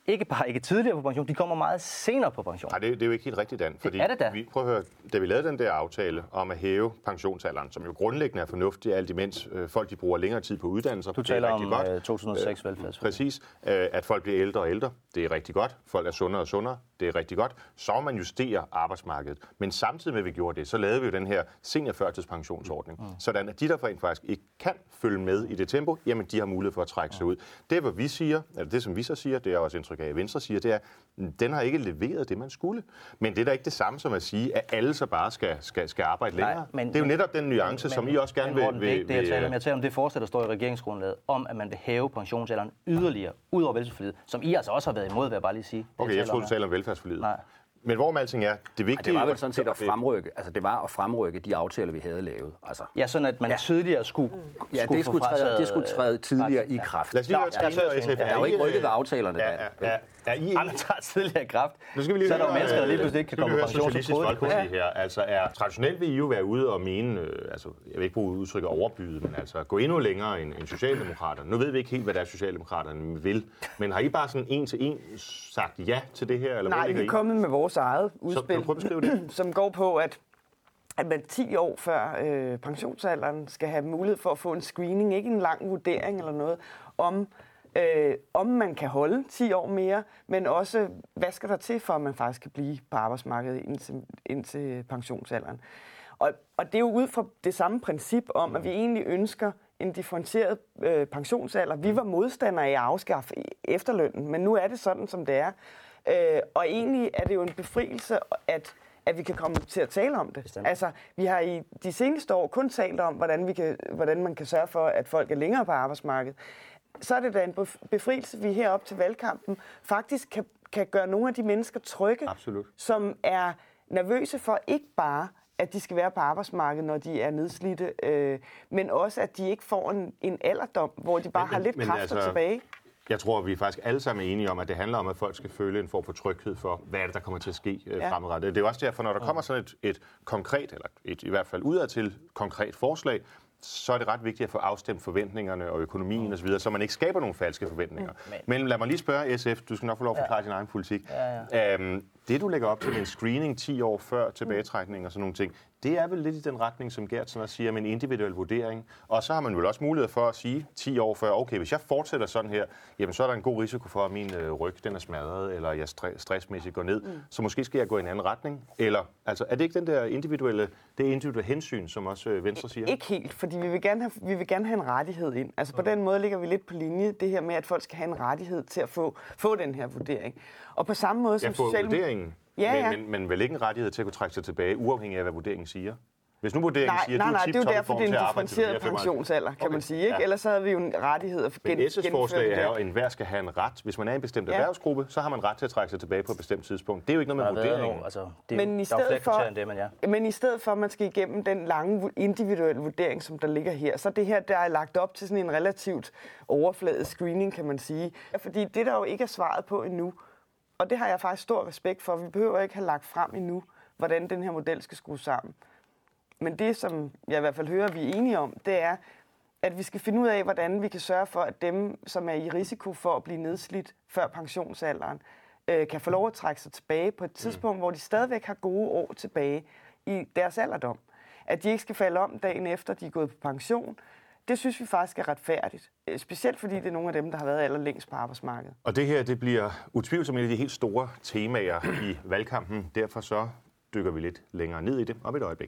ikke bare ikke tidligere på pension, de kommer meget senere på pension. Nej, det, det er jo ikke helt rigtigt, Dan. Fordi det er det da. Vi, prøv at høre, da vi lavede den der aftale om at hæve pensionsalderen, som jo grundlæggende er fornuftigt, alt imens øh, folk de bruger længere tid på uddannelser. Du taler om godt. to tusind og seks øh, velfærdsforlig. Præcis. Øh, at folk bliver ældre og ældre, det er rigtig godt. Folk er sundere og sundere, det er rigtig godt. Så må man justere arbejdsmarkedet. Men samtidig med, at vi gjorde det, så lavede vi jo den her seniorførtidspensionsordning. Mm. Sådan at de, der rent faktisk ikke kan følge med i det tempo, jamen de har mulighed for at trække sig ud. Det, hvad vi siger, eller det, som vi så siger, det er også indtryk af, at Venstre siger, det er, den har ikke leveret det, man skulle. Men det er da ikke det samme som at sige, at alle så bare skal, skal, skal arbejde længere. Nej, men, det er jo netop den nuance, men, som I også gerne men, vil... Morten, det er ikke det, jeg taler om. Jeg taler om det forslag, der står i regeringsgrundlaget, om at man vil hæve pensionsalderen yderligere, ud over velfærdsforliget, som I altså også har været imod, vil jeg bare lige sige. Det, okay, jeg, jeg troede, du taler om velfærdsforliget. Nej. Men hvor med alting er, det vigtige... Ja, det var vel sådan set at fremrykke, altså det var at fremrykke de aftaler, vi havde lavet. Altså. Ja, sådan at man ja. tidligere skulle... Ja, skulle det, skulle træde, det skulle træde tidligere i kraft. Lad os lige høre, der er jo ikke rykket ved aftalerne, ja, ja, ja. Ja, I andre tager tidligere i kraft. Nu skal vi lige så er der jo mennesker, der lige pludselig ikke kan komme på pension som Folkeparti her. Altså er traditionelt vil I jo være ude og mene, øh, altså jeg vil ikke bruge udtrykket overbyde, men altså gå endnu længere end, end Socialdemokraterne. Nu ved vi ikke helt, hvad der er Socialdemokraterne vil, men har I bare sådan en til en sagt ja til det her? Eller nej, vi er kommet med vores eget udspil, så, det? som går på, at at man ti år før øh, pensionsalderen skal have mulighed for at få en screening, ikke en lang vurdering eller noget, om Øh, om man kan holde ti år mere, men også, hvad skal der til, for at man faktisk kan blive på arbejdsmarkedet indtil, indtil pensionsalderen. Og, og det er jo ud fra det samme princip om, at vi egentlig ønsker en differentieret øh, pensionsalder. Vi var modstandere af at afskaffe efterlønnen, men nu er det sådan, som det er. Øh, og egentlig er det jo en befrielse, at at vi kan komme til at tale om det. Bestemt. Altså, vi har i de seneste år kun talt om, hvordan, vi kan, hvordan man kan sørge for, at folk er længere på arbejdsmarkedet. Så er det da en befrielse, vi heroppe til valgkampen faktisk kan, kan gøre nogle af de mennesker trygge, absolut, som er nervøse for ikke bare, at de skal være på arbejdsmarkedet, når de er nedslidte, øh, men også, at de ikke får en, en alderdom, hvor de bare men, har lidt men, kræfter altså, tilbage. Jeg tror, at vi faktisk alle sammen er enige om, at det handler om, at folk skal føle en form for tryghed for, hvad er det, der kommer til at ske øh, ja. fremadrettet. Det er jo også derfor, når der kommer sådan et, et konkret, eller et i hvert fald udadtil konkret forslag, så er det ret vigtigt at få afstemt forventningerne og økonomien osv., så man ikke skaber nogle falske forventninger. Mm. Men lad mig lige spørge S F, du skal nok få lov at forklare ja. din egen politik. Ja, ja. Øhm, det, du lægger op til med en screening ti år før tilbagetrækning og sådan nogle ting, det er vel lidt i den retning, som Gertsen siger, med en individuel vurdering. Og så har man vel også mulighed for at sige ti år før, okay, hvis jeg fortsætter sådan her, jamen så er der en god risiko for, at min øh, ryg den er smadret, eller jeg stressmæssigt går ned. Mm. Så måske skal jeg gå i en anden retning. Eller, altså, er det ikke den der individuelle, det individuelle hensyn, som også øh, Venstre siger? Ikke helt, fordi vi vil gerne have, vi vil gerne have en rettighed ind. Altså på okay. den måde ligger vi lidt på linje, det her med, at folk skal have en rettighed til at få, få den her vurdering. Og på samme måde som ja, få social... vurderingen, ja, ja. Men, men, men vel ikke en rettighed til at kunne trække sig tilbage, uafhængig af, hvad vurderingen siger? Hvis nu vurderingen nej, siger, nej, at du er nej, tip-top det er jo derfor, det er en differentieret de pensionsalder, kan okay. man sige. Ikke? Ja. Ellers så havde vi jo en rettighed at gen- Men S F's forslag er jo, at enhver skal have en ret. Hvis man er i en bestemt ja. erhvervsgruppe, så har man ret til at trække sig tilbage på et bestemt tidspunkt. Det er jo ikke noget med vurderingen. Altså, det er, men, i stedet for, end det, men, ja. men i stedet for, at man skal igennem den lange individuelle vurdering, som der ligger her, så det her, der er lagt op til sådan en relativt overfladisk screening, kan man sige. Fordi det, der jo ikke er svaret på endnu, og det har jeg faktisk stor respekt for, vi behøver ikke have lagt frem endnu, hvordan den her model skal skrues sammen. Men det, som jeg i hvert fald hører, vi er enige om, det er, at vi skal finde ud af, hvordan vi kan sørge for, at dem, som er i risiko for at blive nedslidt før pensionsalderen, øh, kan få lov at trække sig tilbage på et tidspunkt, mm. hvor de stadigvæk har gode år tilbage i deres alderdom. At de ikke skal falde om dagen efter, de er gået på pension. Det synes vi faktisk er retfærdigt. Specielt fordi det er nogle af dem, der har været allerlængst på arbejdsmarkedet. Og det her, det bliver utvivlsomt en af de helt store temaer i valgkampen. Derfor så dykker vi lidt længere ned i det om et øjeblik.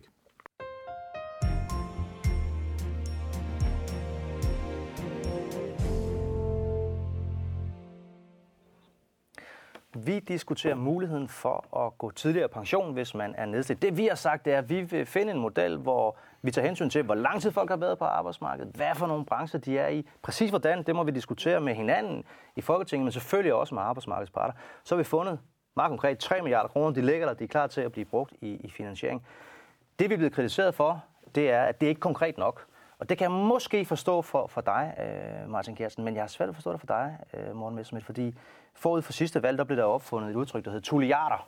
Vi diskuterer muligheden for at gå tidligere pension, hvis man er nedslidt. Det vi har sagt, det er, at vi vil finde en model, hvor vi tager hensyn til, hvor lang tid folk har været på arbejdsmarkedet, hvad for nogle brancher de er i, præcis hvordan, det må vi diskutere med hinanden i Folketinget, men selvfølgelig også med arbejdsmarkedets parter. Så har vi fundet meget konkret tre milliarder kroner, de ligger der, de er klar til at blive brugt i, i finansiering. Det vi er blevet kritiseret for, det er, at det ikke er konkret nok. Og det kan jeg måske forstå for, for dig, øh, Martin Geertsen, men jeg har svært at forstå det for dig, øh, Morten Messerschmidt, fordi forud for sidste valg, der blev der opfundet et udtryk, der hedder tulliarder.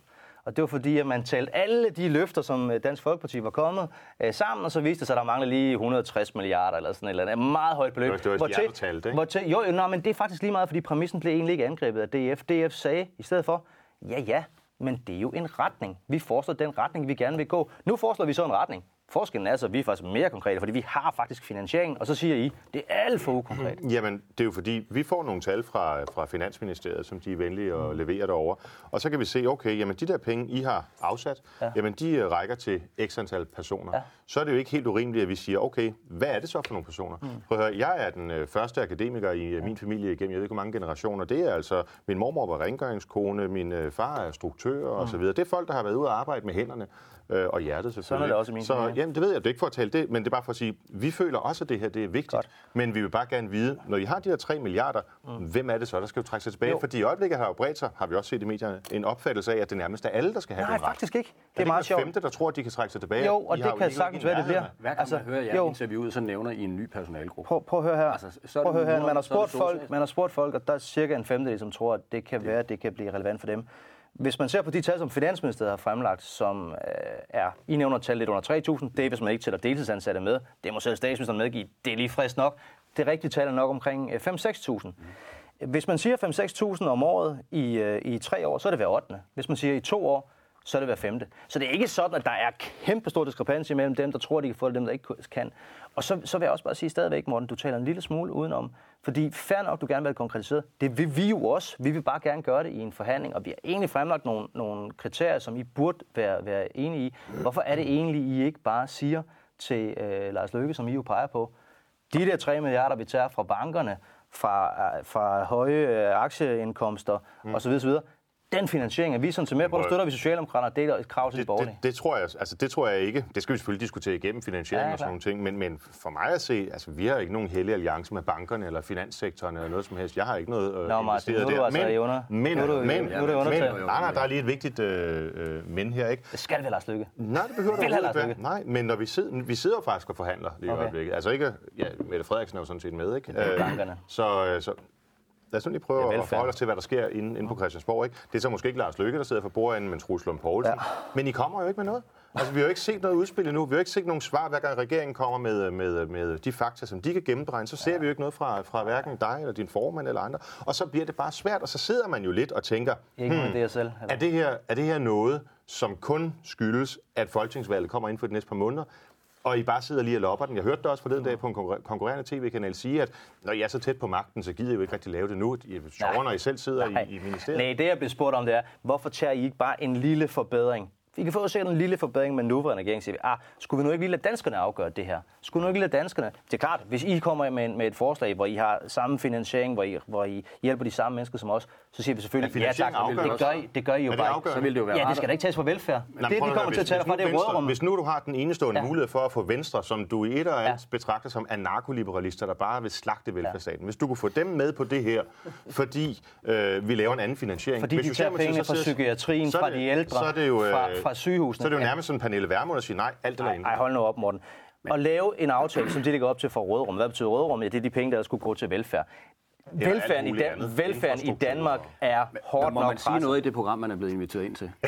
Og det var fordi, at man talte alle de løfter, som Dansk Folkeparti var kommet øh, sammen, og så viste det sig, at der manglede lige et hundrede og tres milliarder eller sådan et eller andet. Et meget højt beløb. Det var, det var et hjertetalt, ikke? Til, jo, jo, nej, men det er faktisk lige meget, fordi præmissen blev egentlig ikke angrebet af D F. D F sagde i stedet for, ja, ja, men det er jo en retning. Vi foreslår den retning, vi gerne vil gå. Nu foreslår vi så en retning. Forskellen er altså, at vi er faktisk mere konkrete, fordi vi har faktisk finansieringen, og så siger I, det er alt for ukonkret. Jamen, det er jo fordi, vi får nogle tal fra, fra Finansministeriet, som de er venlige at levere derover, og så kan vi se, okay, jamen de der penge, I har afsat, ja. jamen de rækker til x antal personer. Ja. Så er det jo ikke helt urimeligt, at vi siger, okay, hvad er det så for nogle personer? Mm. Prøv at høre, jeg er den øh, første akademiker i øh, min familie igennem, jeg ved ikke, hvor mange generationer. Det er altså, min mormor var rengøringskone, min øh, far er struktør og mm. så videre. Det er folk, der har været ude og arbejde med hænderne. Øh, og hjertet selvfølgelig. Sådan er det også i min Så jamen, det ved jeg, det er ikke for at tale det, men det er bare for at sige, vi føler også, at det her det er vigtigt, godt. Men vi vil bare gerne vide, når I har de her tre milliarder, mm. hvem er det så, der skal jo trække sig tilbage? Jo. Fordi i øjeblikket har jo bredt sig, har vi også set i medierne, en opfattelse af, at det nærmest er alle, der skal have Nej, den ret. Nej, faktisk ikke. Det er, er meget sjovt. Er det femte, der tror, at de kan trække sig tilbage? Jo, og I det kan sagtens være, det bliver. Hver gang altså, man hører jer interviewet, så nævner I en ny personalegruppe. Prøv, prøv at høre her. Altså, prøv at høre her. Man har spurgt folk, man har spurgt folk, og der er cirka en femtedel, som tror, at det kan være, at det kan blive relevant for dem. Hvis man ser på de tal, som Finansministeriet har fremlagt, som øh, er, I nævner tal lidt under tre tusind, det er, hvis man ikke tæller deltidsansatte med, det må selv statsministeren medgive, det er lige frisk nok. Det rigtige tal er nok omkring fem til seks tusind. Mm. Hvis man siger fem til seks tusind om året i, øh, i tre år, så er det hver ottende. Hvis man siger i to år, så er det hver femte. Så det er ikke sådan, at der er kæmpe stor diskrepans mellem dem, der tror, de kan få det, og dem, der ikke kan. Og så, så vil jeg også bare sige stadigvæk, Morten, du taler en lille smule udenom. Fordi fair nok, du gerne vil have det konkretiseret. Det vil vi jo også. Vi vil bare gerne gøre det i en forhandling, og vi har egentlig fremlagt nogle, nogle kriterier, som I burde være, være enige i. Hvorfor er det egentlig, I ikke bare siger til øh, Lars Løkke, som I jo peger på, de der tre milliarder, vi tager fra bankerne, fra, fra høje øh, aktieindkomster mm. osv., osv., den finansiering er vi sådan til med på, der støtter vi Socialdemokraterne, og det er et krav til de borgerlige. Det, det, det, tror jeg, altså det tror jeg ikke. Det skal vi selvfølgelig diskutere igennem finansiering ja, og sådan nogle ting, men, men for mig at se, altså vi har ikke nogen hellig alliance med bankerne eller finanssektoren eller noget som helst. Jeg har ikke noget øh, Nå, Martin, investeret der. Altså men, under. men, nu du, men, nu er det undertaget. men, nej, nej, der er lige et vigtigt øh, øh, men her, ikke? Det skal vel Lars Løkke. Nej, det behøver det ikke være. Nej, men når vi sidder, vi sidder faktisk og forhandler lige i okay. øjeblikket. Altså ikke, ja, Mette Frederiksen er jo sådan set med, ikke? Øh, bankerne. Så, så lad os lige prøve at forholde os til, hvad der sker inde, inde på Christiansborg. Ikke? Det er så måske ikke Lars Løkke, der sidder for bordenden, men Troels Lund Poulsen. Ja. Men I kommer jo ikke med noget. Altså, vi har jo ikke set noget udspil endnu. Vi har jo ikke set nogen svar, hver gang regeringen kommer med, med, med de fakta, som de kan gennemberegne. Så ser ja. vi jo ikke noget fra, fra hverken dig eller din formand eller andre. Og så bliver det bare svært, og så sidder man jo lidt og tænker, ikke hmm, det selv, er, det her, er det her noget, som kun skyldes, at folketingsvalget kommer inden for de næste par måneder? Og I bare sidder lige og lopper den. Jeg hørte det også forleden dag på en konkurrerende tv-kanal sige, at når I er så tæt på magten, så gider I jo ikke rigtig lave det nu. I er sjovere, når I selv sidder i, i ministeriet. Nej, det jeg bliver spurgt om, det er, hvorfor tager I ikke bare en lille forbedring? Vi kan få se en lille forbedring med nuværende regering, siger vi, ah, skulle vi nu ikke lige lade danskerne afgøre det her? Skulle vi nu ikke lige lade danskerne? Det er klart, hvis I kommer med, med et forslag, hvor I har samme finansiering, hvor I, hvor I hjælper de samme mennesker som os, så siger vi selvfølgelig, ja tak, det gør, I, det gør I jo bare. Så vil det jo være ja, det skal da ikke tages på velfærd. Nej, det, vi kommer til at tale fra, det er råderum. Hvis nu du har den enestående ja. mulighed for at få Venstre, som du i et og andet ja. betragter som anarkoliberalister, der bare vil slagte velfærdsstaten. Ja. Hvis du kunne få dem med på det her, fordi øh, vi laver en anden finansiering. Fordi de tager penge fra psykiatrien, fra de ældre, fra sygehusene. Nærmest sådan Pernille Vermund og sige nej, alt eller intet. Nej, hold nu op, Morten. Og lave en aftale, som det ligger op til for råderum. Hvad betyder råderum? Ja, det er de penge, der skulle gå til velfærd. Velfærden, i, Dan- velfærden i Danmark er hårdt nok. Må man sige noget i det program, man er blevet inviteret ind til?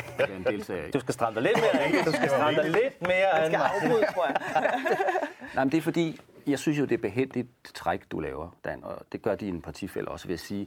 Du skal stramme dig lidt mere, ikke? Du skal stramme dig lidt mere. Jeg skal afbryde, tror jeg. Nej, men det er fordi, jeg synes jo, det er behendigt træk, du laver, Dan, og det gør dine partifæller også ved at sige,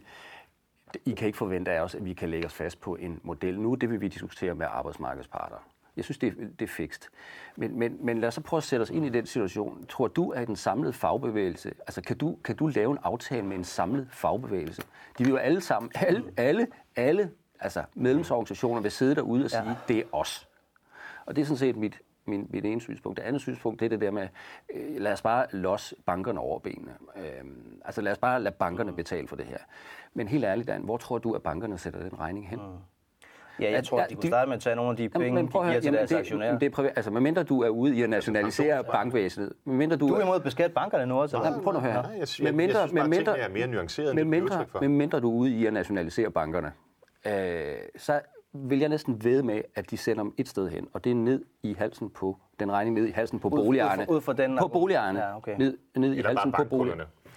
I kan ikke forvente af os, at vi kan lægge os fast på en model. Nu det vil vi diskutere med arbejdsmarkedsparter. Jeg synes, det er, det er fikst. Men, men, men lad os så prøve at sætte os ind i den situation. Tror du, at den samlede fagbevægelse, altså kan du, kan du lave en aftale med en samlet fagbevægelse? De vil jo alle sammen, alle, alle, alle altså medlemsorganisationer vil sidde derude og sige, ja. det er os. Og det er sådan set mit, min, mit ene synspunkt. Det andet synspunkt, det er det der med, øh, lad os bare losse bankerne over benene. Øh, altså lad os bare lade bankerne betale for det her. Men helt ærligt, Dan, hvor tror du, at bankerne sætter den regning hen? Mm. Ja, jeg tror, at de kunne starte med at tage nogle af de penge, jamen, de giver til jamen, deres det, aktionærer. Det er privat, altså, medmindre du er ude i at nationalisere bankvæsenet. Medmindre du, du er imod at beskatte bankerne nu også? Nej, prøv nu at høre. Jeg synes bare, at tingene er mere nuanceret, end det udtryk for. Medmindre du er ude i at nationalisere bankerne, øh, så vil jeg næsten vædde med, at de sender dem et sted hen, og det er ned i halsen på, den regning ned i halsen på boligejerne. Ud fra den? På boligejerne. Ja, okay. Ned, ned i halsen på boligejerne.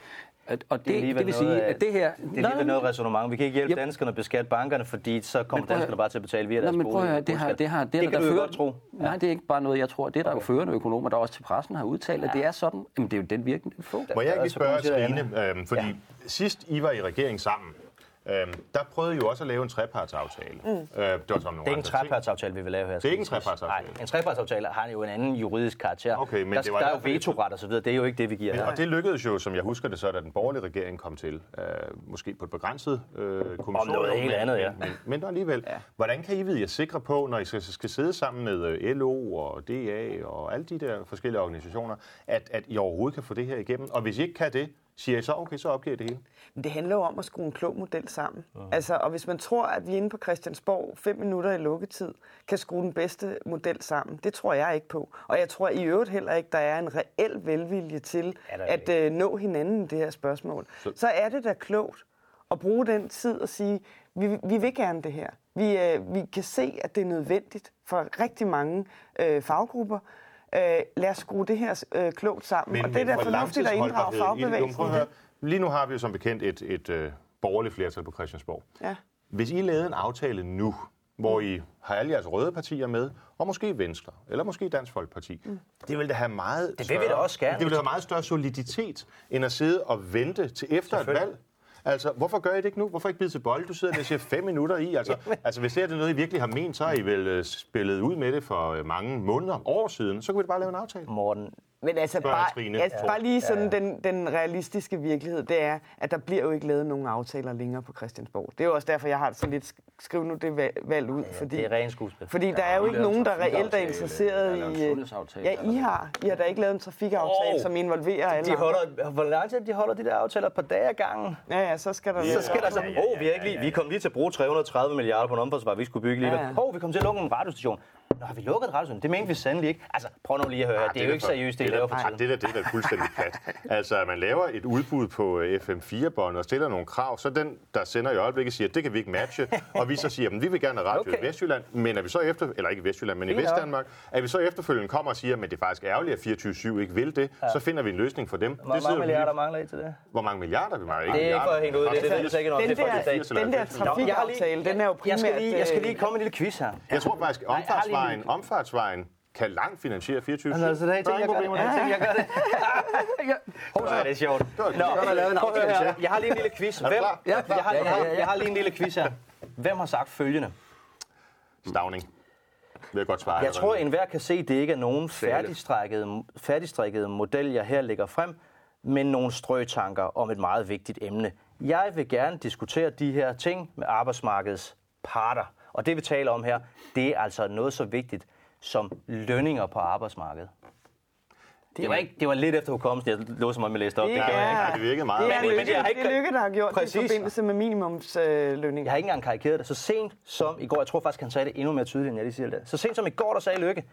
Og det, det, det vil sige, at det her... Det er lige noget ræsonnement. Vi kan ikke hjælpe yep. danskerne at beskatte bankerne, fordi så kommer danskerne bare til at betale via deres bolig. Men prøv at det har, det har, det, det kan der, du der jo godt tro. Ja. Nej, det er ikke bare noget, jeg tror. Det, der okay. er jo førende økonomer, der også til pressen har udtalt, at ja. det er sådan. Jamen, det er jo den virkning, den får. Må jeg ikke lige spørge Trine, øhm, fordi ja. sidst I var i regering sammen, Øhm, der prøvede I jo også at lave en trepartsaftale. Mm. Øh, det var sådan nogle det er ikke en trepartsaftale, vi vil lave her. Det er ikke en trepartsaftale? Nej, en trepartsaftale har jo en anden juridisk karakter. Okay, men der, det var der er jo vetoret og så videre. Det er jo ikke det, vi giver men, her. Og det lykkedes jo, som jeg husker det, så da den borgerlige regering kom til. Øh, måske på et begrænset øh, kommission. Om noget helt andet, ja. Men, men alligevel. Ja. Hvordan kan I vide jer sikre på, når I skal, skal sidde sammen med L O og D A og alle de der forskellige organisationer, at, at I overhovedet kan få det her igennem? Og hvis I ikke kan det, siger I så, okay, så opgiver I det hele? Men det handler jo om at skrue en klog model sammen. Uh-huh. Altså, og hvis man tror, at vi inde på Christiansborg fem minutter i lukketid kan skrue den bedste model sammen, det tror jeg ikke på. Og jeg tror i øvrigt heller ikke, der er en reel velvilje til at øh, nå hinanden i det her spørgsmål. Så, så er det da klogt at bruge den tid og sige, vi, vi vil gerne det her. Vi, øh, vi kan se, at det er nødvendigt for rigtig mange øh, faggrupper. Øh, lad os skrue det her øh, klogt sammen. Men, og det er da fornuftigt at inddrage fagbevægelsen. Lige nu har vi jo som bekendt et, et øh, borgerligt flertal på Christiansborg. Ja. Hvis I lavede en aftale nu, hvor I har alle jeres røde partier med, og måske Venstre, eller måske Dansk Folkeparti, mm. det vil da have meget det større, vil vi da også gerne. Det vil da have meget større soliditet, end at sidde og vente til efter et valg. Altså, hvorfor gør I det ikke nu? Hvorfor ikke bide til bold? Du sidder der og siger fem minutter i. Altså, altså hvis det er noget, I virkelig har ment, så har I vel spillet ud med det for mange måneder, år siden. Så kunne vi da bare lave en aftale. Morten. Men altså, bare, altså bare lige sådan ja, ja. Den, den realistiske virkelighed, det er, at der bliver jo ikke lavet nogen aftaler længere på Christiansborg. Det er jo også derfor, jeg har så lidt skriv nu det valg ud. Ja, fordi, det er ren skuespil. Fordi der er jo ikke nogen, der reelt er interesseret i... Ja, I har. I har da ikke lavet en trafikaftale, oh, som involverer alle. De holder, hvor lang tid de holder de der aftaler? Et par dage ad gangen? Ja, ja, så skal der... Så skal der så... Åh, vi har ikke lige... Vi kom lige til at bruge tre hundrede og tredive milliarder på en omfartsvej, vi skulle bygge lige. Åh, ja, ja. oh, vi kom til at lukke en radiostation. Nå, har vi lukket radioen? Det mente vi sandelig ikke. Altså, prøv nu lige at høre. Arh, det er jo ikke seriøst, det I laver for tiden. Det der, det der er fuldstændig plat. Altså, man laver et udbud på F M fire-bånd og stiller nogle krav, så den, der sender i øjeblikket, siger, at det kan vi ikke matche. Og vi så siger, at vi vil gerne have radio okay. i Vestjylland, men er vi så efter, eller ikke i Vestjylland, men i Vestdanmark, at vi så efterfølgende kommer og siger, at det er faktisk ærgerligt, at fireogtyve syv ikke vil det, ja. Så finder vi en løsning for dem. Hvor det mange milliarder mangler I til det? Hvor mange milliarder vi mangler? Det er ikke for at hænge ud. Det ved jeg ikke noget. Den der trafikaftale, den er jo primært... Jeg skal lige komme med en lille quiz her. Jeg tror faktisk, omfartsvejen, omfartsvejen kan langt finansiere fireogtyve syv. Altså, det er ting, jeg gør det. Jeg gør det. Hov, så er det sjovt. Nå, jeg har lige en lille quiz. Hvem? Jeg har, jeg har lige en lille quiz her. Hvem har sagt følgende? Stavning. Vil jeg godt svare. Jeg tror, enhver kan se, at det ikke er nogen færdigstrikkede model, jeg her lægger frem, men nogle strøtanker om et meget vigtigt emne. Jeg vil gerne diskutere de her ting med arbejdsmarkedets parter. Og det, vi taler om her, det er altså noget så vigtigt som lønninger på arbejdsmarkedet. Det var, ikke, det var lidt efter hukommelsen, jeg lå som om jeg læste op. Det, det, ja, ja, det virkede meget. Det er, men, men, jeg har ikke, det er Lykke, der har gjort præcis. Det i forbindelse med minimumslønninger. Øh, jeg har ikke engang karikeret det. Så sent som i går, jeg tror faktisk, han sagde det endnu mere tydeligt, end jeg lige siger det. Så sent som i går, der sagde Lykke,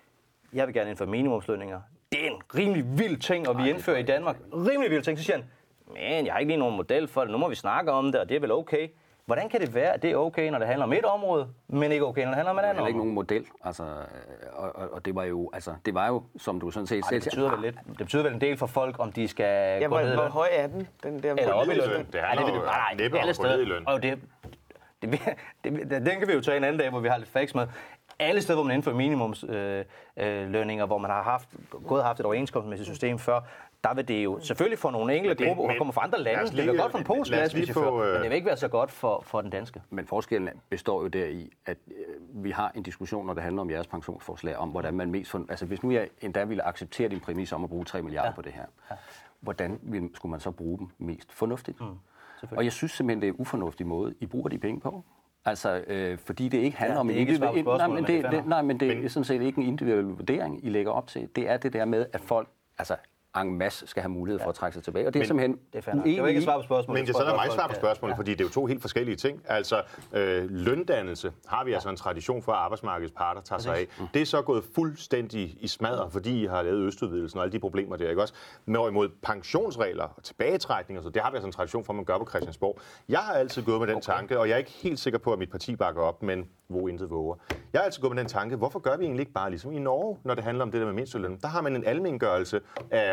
jeg vil gerne indføre minimumslønninger. Det er en rimelig vild ting, og vi indfører i Danmark. Rimelig vild ting. Så siger han, men jeg har ikke lige nogen model for det. Nu må vi snakke om det, og det er vel okay. Hvordan kan det være, at det er okay, når det handler om et område, men ikke okay, når det handler om et andet område? Det er ikke nogen model, altså, og, og, og det var jo, altså, det var jo, som du sådan set... Ej, det betyder vel lidt. Det betyder vel en del for folk, om de skal ja, gå hvor, ned i hvor løn. høj er den? Den der eller op i løn. Det handler jo næppe om at gå ned i løn. Og det, det, det, det, den kan vi jo tage en anden dag, hvor vi har lidt facts med. Alle steder, hvor man indfører minimumslønninger, øh, øh, hvor man har haft, gået haft et overenskomstmæssigt system før, der vil det jo selvfølgelig for nogle enkelte grupper, der kommer fra andre lande. Lige, det vil godt for en polsk lastbilchauffør, øh... men det vil ikke være så godt for, for den danske. Men forskellen består jo deri, at øh, vi har en diskussion, når det handler om jeres pensionsforslag, om hvordan man mest... For, altså hvis nu jeg endda ville acceptere din præmis om at bruge tre milliarder ja. På det her, ja. Hvordan ville, skulle man så bruge dem mest fornuftigt? Mm, og jeg synes simpelthen, det er en ufornuftig måde, I bruger de penge på. Altså, øh, fordi det ikke handler ja, om en individuel... Nej, men det, det, nej, men det er sådan set ikke en individuel vurdering, I lægger op til. Det er det der med, at folk... Altså, en masse skal have mulighed for at trække sig tilbage. Og det er men, simpelthen det er uenig. Det er ikke et svar på spørgsmålet. Men det er sådan, at mig svar på spørgsmålet, ja. Fordi det er jo to helt forskellige ting. Altså, øh, løndannelse har vi ja. Altså en tradition for, at arbejdsmarkedets parter tager sig af. Mm. Det er så gået fuldstændig i smadre, fordi I har lavet østudvidelsen og alle de problemer der, ikke også? Men imod pensionsregler og tilbagetrækning og så, det har vi altså en tradition for, at man gør på Christiansborg. Jeg har altid gået med den okay. tanke, og jeg er ikke helt sikker på, at mit parti bakker op, men hvor intet våger. Jeg har altid gået med den tanke, hvorfor gør vi egentlig ikke bare ligesom i Norge, når det handler om det der med mindsteløn? Der har man en almengørelse af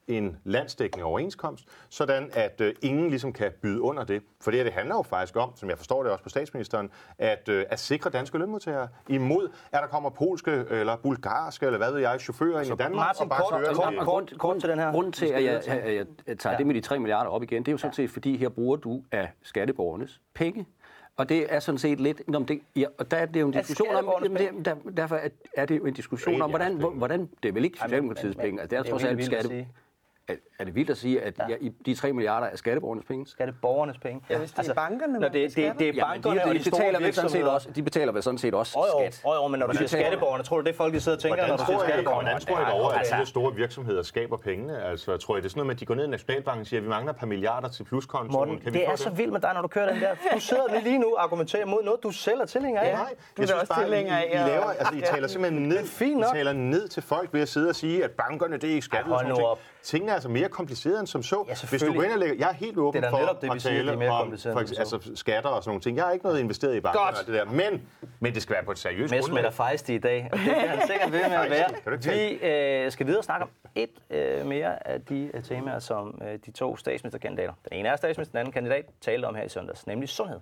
en landsdækkende overenskomst, sådan at øh, ingen ligesom kan byde under det. For det her, det handler jo faktisk om, som jeg forstår det også på statsministeren, at, øh, at sikre danske lønmodtagere imod, at der kommer polske eller bulgarske, eller hvad ved jeg, chauffører ind i Danmark. Martin, og bare kort, kører kort, kort, kort, kort til den her. Grunden til, at jeg, jeg, jeg, jeg tager ja. det med de tre milliarder op igen, det er jo sådan set, fordi her bruger du af skatteborgernes penge. Og det er sådan set lidt, om det, ja, og der er det jo en diskussion om, jamen, der, derfor er det jo en diskussion om, hvordan, hvordan, det er vel ikke Socialdemokratiets penge, altså det er trods alt skatte. Er, er det vildt at sige, at ja. Ja, de tre milliarder er skatteborgernes penge? Skatteborgernes penge. Ja, hvis det er altså, bankerne, når det, det, det er bankerne, ja, de, og de, de, store betaler sådan set også, de betaler vel sådan set også oh, skat. Åh, oh, men når du siger skatteborgerne, tror du det folk, de sidder og tænker, hvordan når du siger skatteborgerne? Hvordan tror jeg over, at alle store virksomheder skaber pengene? Altså, tror jeg, det er sådan noget med, at de går ned i Nationalbanken og siger, at vi mangler et par milliarder til pluskontoen. Morten, kan vi det er det? Så vildt med dig, når du kører den der. Du sidder lige nu og argumenterer mod noget, du selv er tilhænger af. Nej, du er også tilhænger af. I laver, altså, I taler simpelthen ned, I taler ned til folk ved at sidde og sige, at bankerne, det er ikke skatteydelse. Tingene er altså mere komplicerede end som så. Ja, hvis du går ind og lægger, jeg er helt åben er for det, at tale om for, altså, skatter og sådan nogle ting. Jeg har ikke noget investeret i bankerne og det der, men, men det skal være på et seriøst grundlag. Mesmet er fejstig i dag, og det kan han sikkert ved med at være. Vi øh, skal videre snakke om et øh, mere af de uh, temaer, som øh, de to statsministerkandidater, den ene er statsminister, den anden kandidat, talte om her i søndags, nemlig sundhed.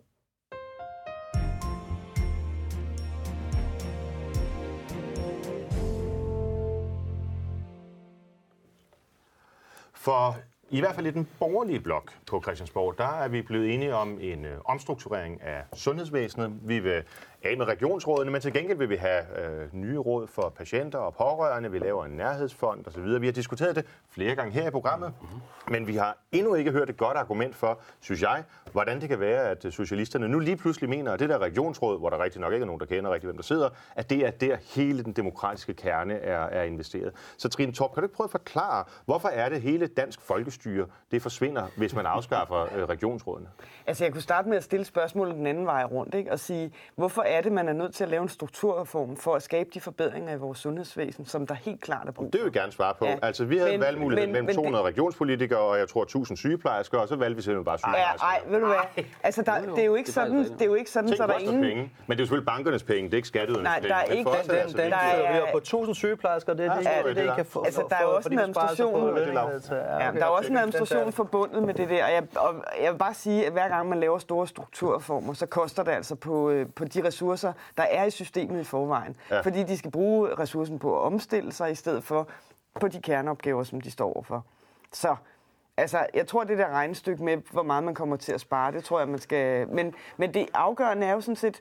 For i hvert fald i den borgerlige blok på Christiansborg, der er vi blevet enige om en øh, omstrukturering af sundhedsvæsenet. Vi vil af med regionsrådene, men til gengæld vil vi have øh, nye råd for patienter og pårørende. Vi laver en nærhedsfond osv. Vi har diskuteret det flere gange her i programmet, mm-hmm. men vi har endnu ikke hørt et godt argument for, synes jeg, hvordan det kan være, at socialisterne nu lige pludselig mener, at det der regionsråd, hvor der rigtig nok ikke er nogen, der kender rigtig, hvem der sidder, at det er der hele den demokratiske kerne er, er investeret. Så Trine Torp, kan du ikke prøve at forklare, hvorfor er det hele dansk folkestyre, det forsvinder, hvis man afskaffer øh, regionsrådene? Altså jeg kunne starte med at stille spørgsmålet den anden vej rundt, ikke? Og sige, hvorfor er det, man er nødt til at lave en strukturreform for at skabe de forbedringer i vores sundhedsvæsen, som der helt klart er brug for? Det vil jeg gerne svare på. Ja. Altså vi havde men, valgmulighed men, mellem to hundrede det... regionspolitikere og jeg tror tusind sygeplejersker, og så valgte vi simpelthen bare sygeplejersker. Nej, ved du hvad? Altså der, det er jo ikke sådan, det er jo ikke sådan, så der er ingen... Penge. Men det er jo selvfølgelig bankernes penge, det er ikke skatteydernes penge. Nej, der er ikke den, den, den, den, der er på tusind sygeplejersker, det er det, det, det, det kan få. Altså der er også en administration. Der er også en administration forbundet med det der, og jeg, og jeg vil bare sige, at hver gang man laver store strukturreformer, så koster det altså på, på de ressourcer, der er i systemet i forvejen. Ja. Fordi de skal bruge ressourcen på at omstille sig, i stedet for på de kerneopgaver, som de står overfor. Så altså, jeg tror, det der regnestykke med, hvor meget man kommer til at spare, det tror jeg, man skal... Men, men det afgørende er jo sådan set,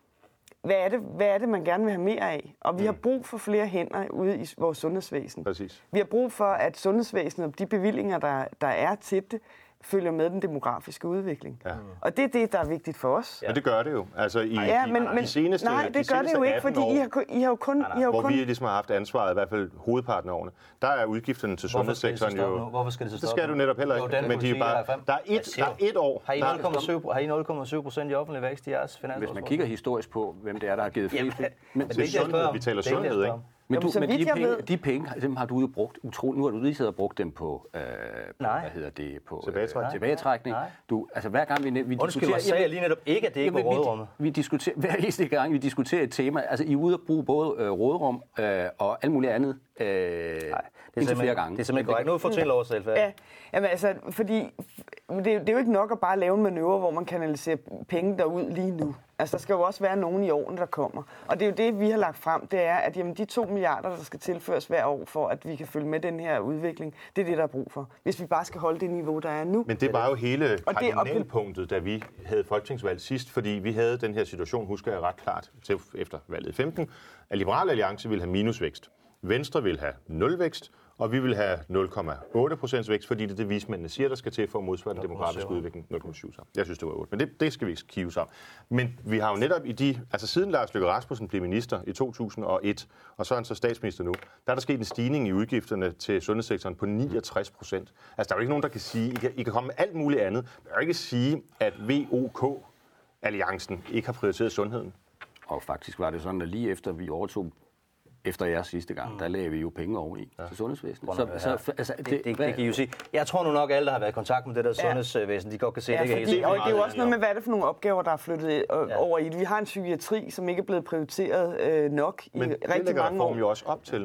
hvad er, det, hvad er det, man gerne vil have mere af? Og vi mm. har brug for flere hænder ude i vores sundhedsvæsen. Præcis. Vi har brug for, at sundhedsvæsenet og de bevillinger, der, der er til det, følger med den demografiske udvikling. Ja. Og det er det, der er vigtigt for os. Ja, det gør det jo. Altså i ja, de, men, men, de seneste nej, det de gør det jo ikke, fordi år, I har, I har jo kun... nej, nej, I har hvor kun... vi ligesom har haft ansvaret, i hvert fald hovedparten af årene, der er udgifterne til sundhedssektoren jo... Hvorfor skal det så stoppe? Det skal du netop heller ikke. Jo, men de er bare, der er et, der er et år... Har I nul komma syv procent i offentlig vækst i jeres finansår? Hvis man kigger historisk på, hvem det er, der har givet flest... Men det er sundhed, vi taler sundhed, ikke? Men, du, men de, penge, ved... de penge, dem har du jo brugt utroligt. Nu har du lige siddet og brugt dem på, øh, på hvad hedder det, på tilbagetrækning. Øh, tilbagetrækning. Du, altså hver gang vi, vi diskuterer... Undskyld, sagde jeg lige netop ikke, at det ikke var rådrummet. Vi, vi diskuterer, hver eneste gang, vi diskuterer et tema, altså I er ude at bruge både øh, rådrum øh, og alt muligt andet øh, Nej, indtil flere gange. Det er simpelthen korrekt. Nu fortæl over selv. Ja, jamen altså, fordi det, det er jo ikke nok at bare lave en manøvre, hvor man kanaliserer penge derud lige nu. Altså, der skal jo også være nogen i årene, der kommer. Og det er jo det, vi har lagt frem, det er, at jamen, de to milliarder, der skal tilføres hver år, for at vi kan følge med den her udvikling, det er det, der er brug for. Hvis vi bare skal holde det niveau, der er nu. Men det var jo hele kardinalpunktet, da vi havde folketingsvalg sidst, fordi vi havde den her situation, husker jeg ret klart, efter valget i femten, at Liberal Alliance ville have minusvækst. Venstre vil have nulvækst, og vi vil have nul komma otte procent vækst, fordi det er det, vismændene siger, der skal til for at modsvare den demografiske udvikling. nul komma syv sammen. Jeg synes, det var otte, men det, det skal vi ikke kive sammen. Men vi har jo netop i de... Altså siden Lars Løkke Rasmussen blev minister i to tusind og et, og så er han så statsminister nu, der er der sket en stigning i udgifterne til sundhedssektoren på niogtres procent. Altså der er jo ikke nogen, der kan sige... I kan, I kan komme med alt muligt andet, men jeg kan ikke sige, at V O K-alliancen ikke har prioriteret sundheden. Og faktisk var det sådan, at lige efter vi overtog efter jeres sidste gang, mm. der lagde vi jo penge oveni ja. til sundhedsvæsenet. Så, så, altså, det, det, det, det kan I jo sige. Jeg tror nu nok, alle, der har været i kontakt med det der ja. sundhedsvæsen, de godt kan se, ja, det ikke fordi, og det er jo også noget med, hvad er det for nogle opgaver, der er flyttet ja. over i det. Vi har en psykiatri, som ikke er blevet prioriteret øh, nok Men i rigtig mange år. Men det jo også op til nu.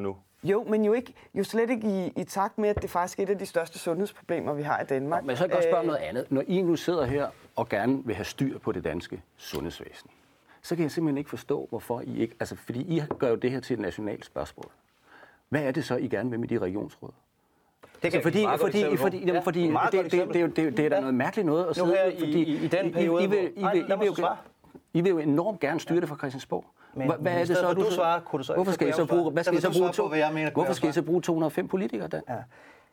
Jo, men jo, ikke, jo slet ikke i, i takt med, at det faktisk er et af de største sundhedsproblemer, vi har i Danmark. Men så kan jeg godt spørge om noget andet. Når I nu sidder her og gerne vil have styr på det danske sundhedsvæsen, så kan jeg simpelthen ikke forstå, hvorfor I ikke... Altså, fordi I gør jo det her til et nationalt spørgsmål. Hvad er det så, I gerne vil med de regionsråd? Det kan fordi, fordi, fordi, fordi, ja, fordi det, det, det, det, det er da noget mærkeligt noget at sidde... Nu fordi i, i den periode... I, I, vil, I, vil, I, vil, jo, I vil jo enormt gerne styre det fra Christiansborg. Men, hvad er det så, du svarer? Kunne du så hvorfor skal I så bruge, hvad skal I så bruge, to, hvorfor skal I så bruge to hundrede og fem politikere der? Ja.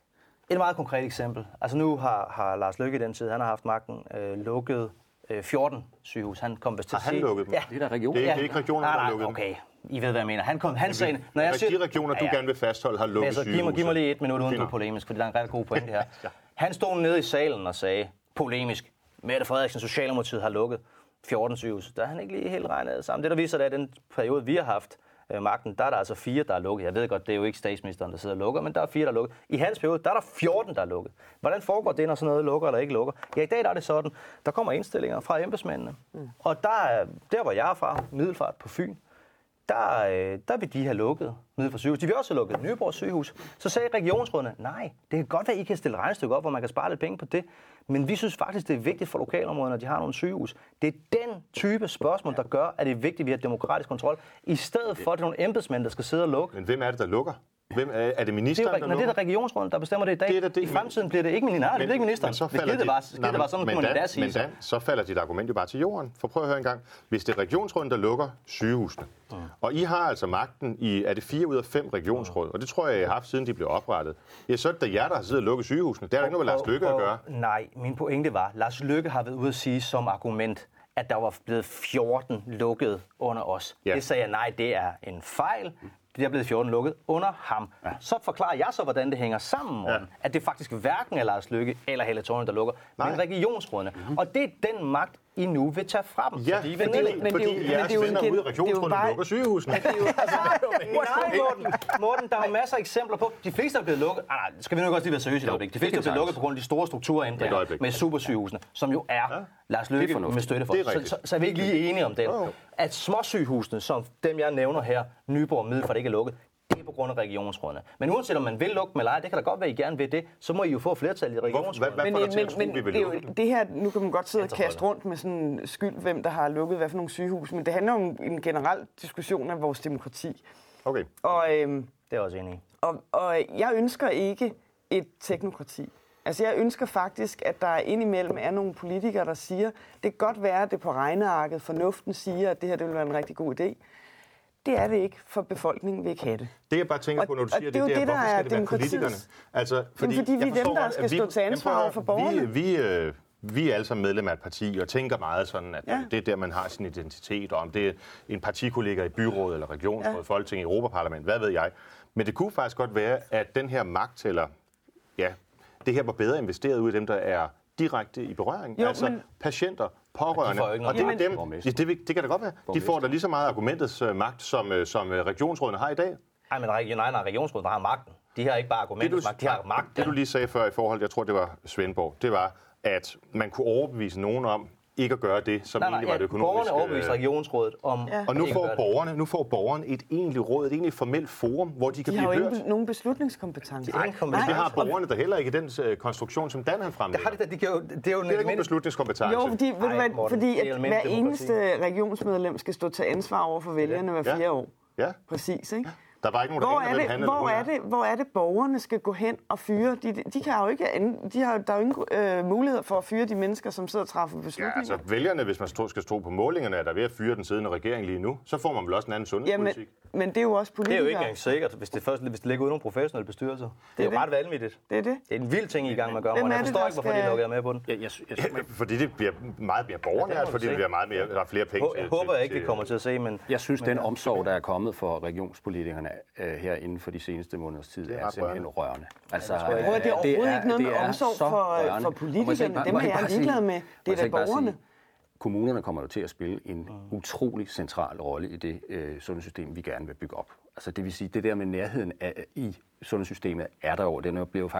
Et meget konkret eksempel. Altså nu har, har Lars Løkke i den tid, han har haft magten, øh, lukket øh, fjorten sygehus. Han kom vist til at sige... Har han lukket dem? Ja. Det er der regioner. Det er, ja. det er ikke regioner, der har lukket dem. Okay, I ved, hvad jeg mener. Han, kom, han sagde... Når jeg siger, de regioner, du ja, ja. gerne vil fastholde, har lukket altså, sygehus. Giv mig, giv mig lige et minut, uden du er polemisk, fordi der er en ret god pointe her. ja. Han stod nede i salen og sagde, polemisk, Mette Frederiksen, Socialdemokratiet har lukket fjorten sygehus. Der er han ikke lige helt regnet sammen. Det, der viser, at den periode, vi har haft øh, magten, der er der altså fire, der er lukket. Jeg ved godt, det er jo ikke statsministeren, der sidder og lukker, men der er fire, der er lukket. I hans periode, der er der fjorten, der er lukket. Hvordan foregår det, når sådan noget lukker eller ikke lukker? Ja, i dag der er det sådan. Der kommer indstillinger fra embedsmændene. Mm. Og der, er, der, hvor jeg er fra, Middelfart på Fyn, der, øh, der vil de have lukket Middelfart sygehus. De vil også have lukket Nyborg sygehus. Så sagde regionsrådene, nej, det kan godt være, at I kan stille regnestykker op, hvor man kan spare lidt penge på det. Men vi synes faktisk, det er vigtigt for lokalområderne, når de har nogle sygehus. Det er den type spørgsmål, der gør, at det er vigtigt, at vi har demokratisk kontrol. I stedet for, at det er nogle embedsmænd, der skal sidde og lukke. Men hvem er det, der lukker? Hvem er, er det ministeren, det er, der lukker? Det er der regionsrådet, der bestemmer det i dag. Det det, I fremtiden bliver det ikke ministeren. Nej, det er ikke ministeren. Så falder det bare, det bare sådan, men, man Dan, sige, men Dan, så falder dit argument jo bare til jorden. For prøv at høre en gang. Hvis det er regionsrådet, der lukker sygehusene, mm. og I har altså magten i, er det fire ud af fem regionsråd, mm. og det tror jeg, I har haft, siden de blev oprettet, ja, så er det da jer, der har siddet og lukket sygehusene. Det er der ikke noget med Lars Løkke at gøre. Nej, min pointe var, Lars Løkke har været ude at sige som argument, at der var blevet fjorten lukket under os. Ja. Det sagde jeg, nej, det er en fejl. Det er blevet fjorten lukket under ham. Ja. Så forklarer jeg så, hvordan det hænger sammen, ja. At det faktisk hverken er Lars Løkke eller Helle Thorning, der lukker, nej. Men regionsrådene. Mm-hmm. Og det er den magt, I nu vil tage fra dem. Ja, fordi, fordi, men fordi det er jo, jeres men det venner ude af regionsrådene bare... lukker sygehusene. Det er jo, altså, nej, Morten, Morten, der er jo masser af eksempler på. De fleste er blevet lukket. Ah, nej, skal vi nu godt lige være seriøse i øjeblik. De fleste er blevet lukket på grund af de store strukturændringer med supersygehusene, som jo er ja. Lars Løkke med støtte for. Så, så, så er vi ikke lige enige om det. At småsygehusene, som dem jeg nævner her, Nyborg, Middelfart ikke er lukket, det er på grund af regionsrådene. Men uanset om man vil lukke dem eller ej, det kan da godt være, I gerne vil det, så må I jo få flertal i regionsrådene. Men, men, men, men det, er jo, det her, nu kan man godt sidde og kaste rundt med sådan skyld, hvem der har lukket hvad for nogle sygehus, men det handler om en generel diskussion af vores demokrati. Okay. Og, øhm, det er jeg også enig i. Og, og jeg ønsker ikke et teknokrati. Altså jeg ønsker faktisk, at der indimellem er nogle politikere, der siger, det kan godt være, at det på regnearket, fornuften siger, at det her det vil være en rigtig god idé. Det er det ikke, for befolkningen vil ikke have det. Det jeg bare tænker på, når du siger det, det, det er, hvorfor skal det være politikerne? Altså, fordi, fordi vi er dem, der skal stå til ansvar over for borgerne. Vi, vi, øh, vi er alle sammen medlem af et parti, og tænker meget sådan, at ja. det er der, man har sin identitet, og om det er en partikollega i byråd, eller regionsråd, ja. Folketing, Europaparlament, hvad ved jeg. Men det kunne faktisk godt være, at den her magt, eller ja, det her var bedre investeret ud i dem, der er direkte i berøring. Jo, altså men... patienter, pårørende. Og, de og det, er dem, det, det, det kan da godt være. De får da lige så meget argumentets uh, magt, som, uh, som uh, regionsrådene har i dag. Nej, men nej, nej, regionsrådene har magten. De har ikke bare argumentets magt, de har magten. Det du lige sagde før i forhold, jeg tror det var Svendborg, det var, at man kunne overbevise nogen om, ikke at gøre det, som nej, egentlig nej, var det økonomiske. Borgerne overbeviser regionsrådet om ja. Og nu får borgerne, nu får borgerne et egentligt råd, et egentligt formelt forum, hvor de kan de blive hørt. De har jo nogen beslutningskompetence. Nej, nej, det har borgerne der heller ikke i den uh, konstruktion, som Dan han fremlægger. Det, det, det, det, det er jo det er ikke nogen beslutningskompetence. Jo, fordi, Ej, hvad, Morten, fordi at hver eneste regionsmedlem skal stå til ansvar over for vælgerne hver fire år. Ja. Præcis, ikke? Der var ikke nogen, hvor, er det, handle, hvor, er det, hvor er det, borgerne skal gå hen og fyre? De, de kan jo ikke, de har, der er jo ingen øh, muligheder for at fyre de mennesker, som sidder og træffer beslutninger. Ja, altså vælgerne, hvis man skal stå på målingerne, er der ved at fyre den siddende regering lige nu, så får man vel også en anden sundhedspolitik. Ja, men, men det er jo også politikere. Det er jo ikke engang sikkert, hvis det, først, hvis det ligger uden nogle professionelle bestyrelser. Det, det er jo det. Ret vanvittigt. Det er det. Det er en vild ting, I gang med at gøre, og jeg forstår ikke, hvorfor skal... de lukker med på den. Ja, jeg, jeg, jeg, fordi det bliver meget mere borgernært, ja, fordi det bliver meget mere, der er flere penge til. Jeg håber jeg ikke, det kommer til at se, men... Jeg synes, den omsorg, der er kommet for regionspolitikerne her inden for de seneste måneders tid, er simpelthen rørende. Altså, det er overhovedet ikke noget med omsorg for, for politikerne. Dem er jeg ligeglad med. Det er da borgerne. Kommunerne kommer jo til at spille en mm. utrolig central rolle i det øh, sundhedssystem, vi gerne vil bygge op. Altså det vil sige, det der med nærheden af, i sundhedssystemet er der jo. Den bliver jo faktisk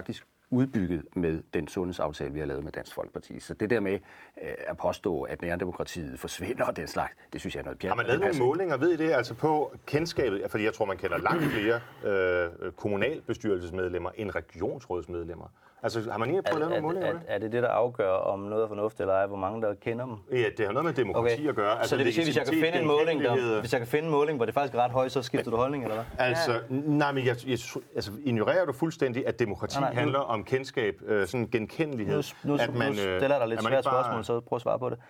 udbygget med den sundhedsaftale, vi har lavet med Dansk Folkeparti. Så det der med øh, at påstå, at nærdemokratiet forsvinder og den slags, det synes jeg er noget pjat. Har man lavet nogle målinger, ved I det, altså på kendskabet? Fordi jeg tror, man kender langt flere øh, kommunalbestyrelsesmedlemmer end regionsrådsmedlemmer. Altså, har man ikke prøvet at lave nogle målinger? Er, er, er det det, der afgør, om noget er fornuftigt, eller er, hvor mange der kender dem? Ja, det har noget med demokrati okay. at gøre. Altså, så det vil sige, hvis jeg kan finde en måling, der, hvis jeg kan finde en måling, hvor det faktisk er ret højt, så skifter du holdning, eller hvad? Altså, ja. nej, men jeg, jeg, altså, ignorerer du fuldstændig, at demokrati nej, nej, nu, handler om kendskab, øh, sådan genkendelighed? Nu, nu, at man, nu stiller der lidt svært bare... spørgsmål, så prøv at svare på det.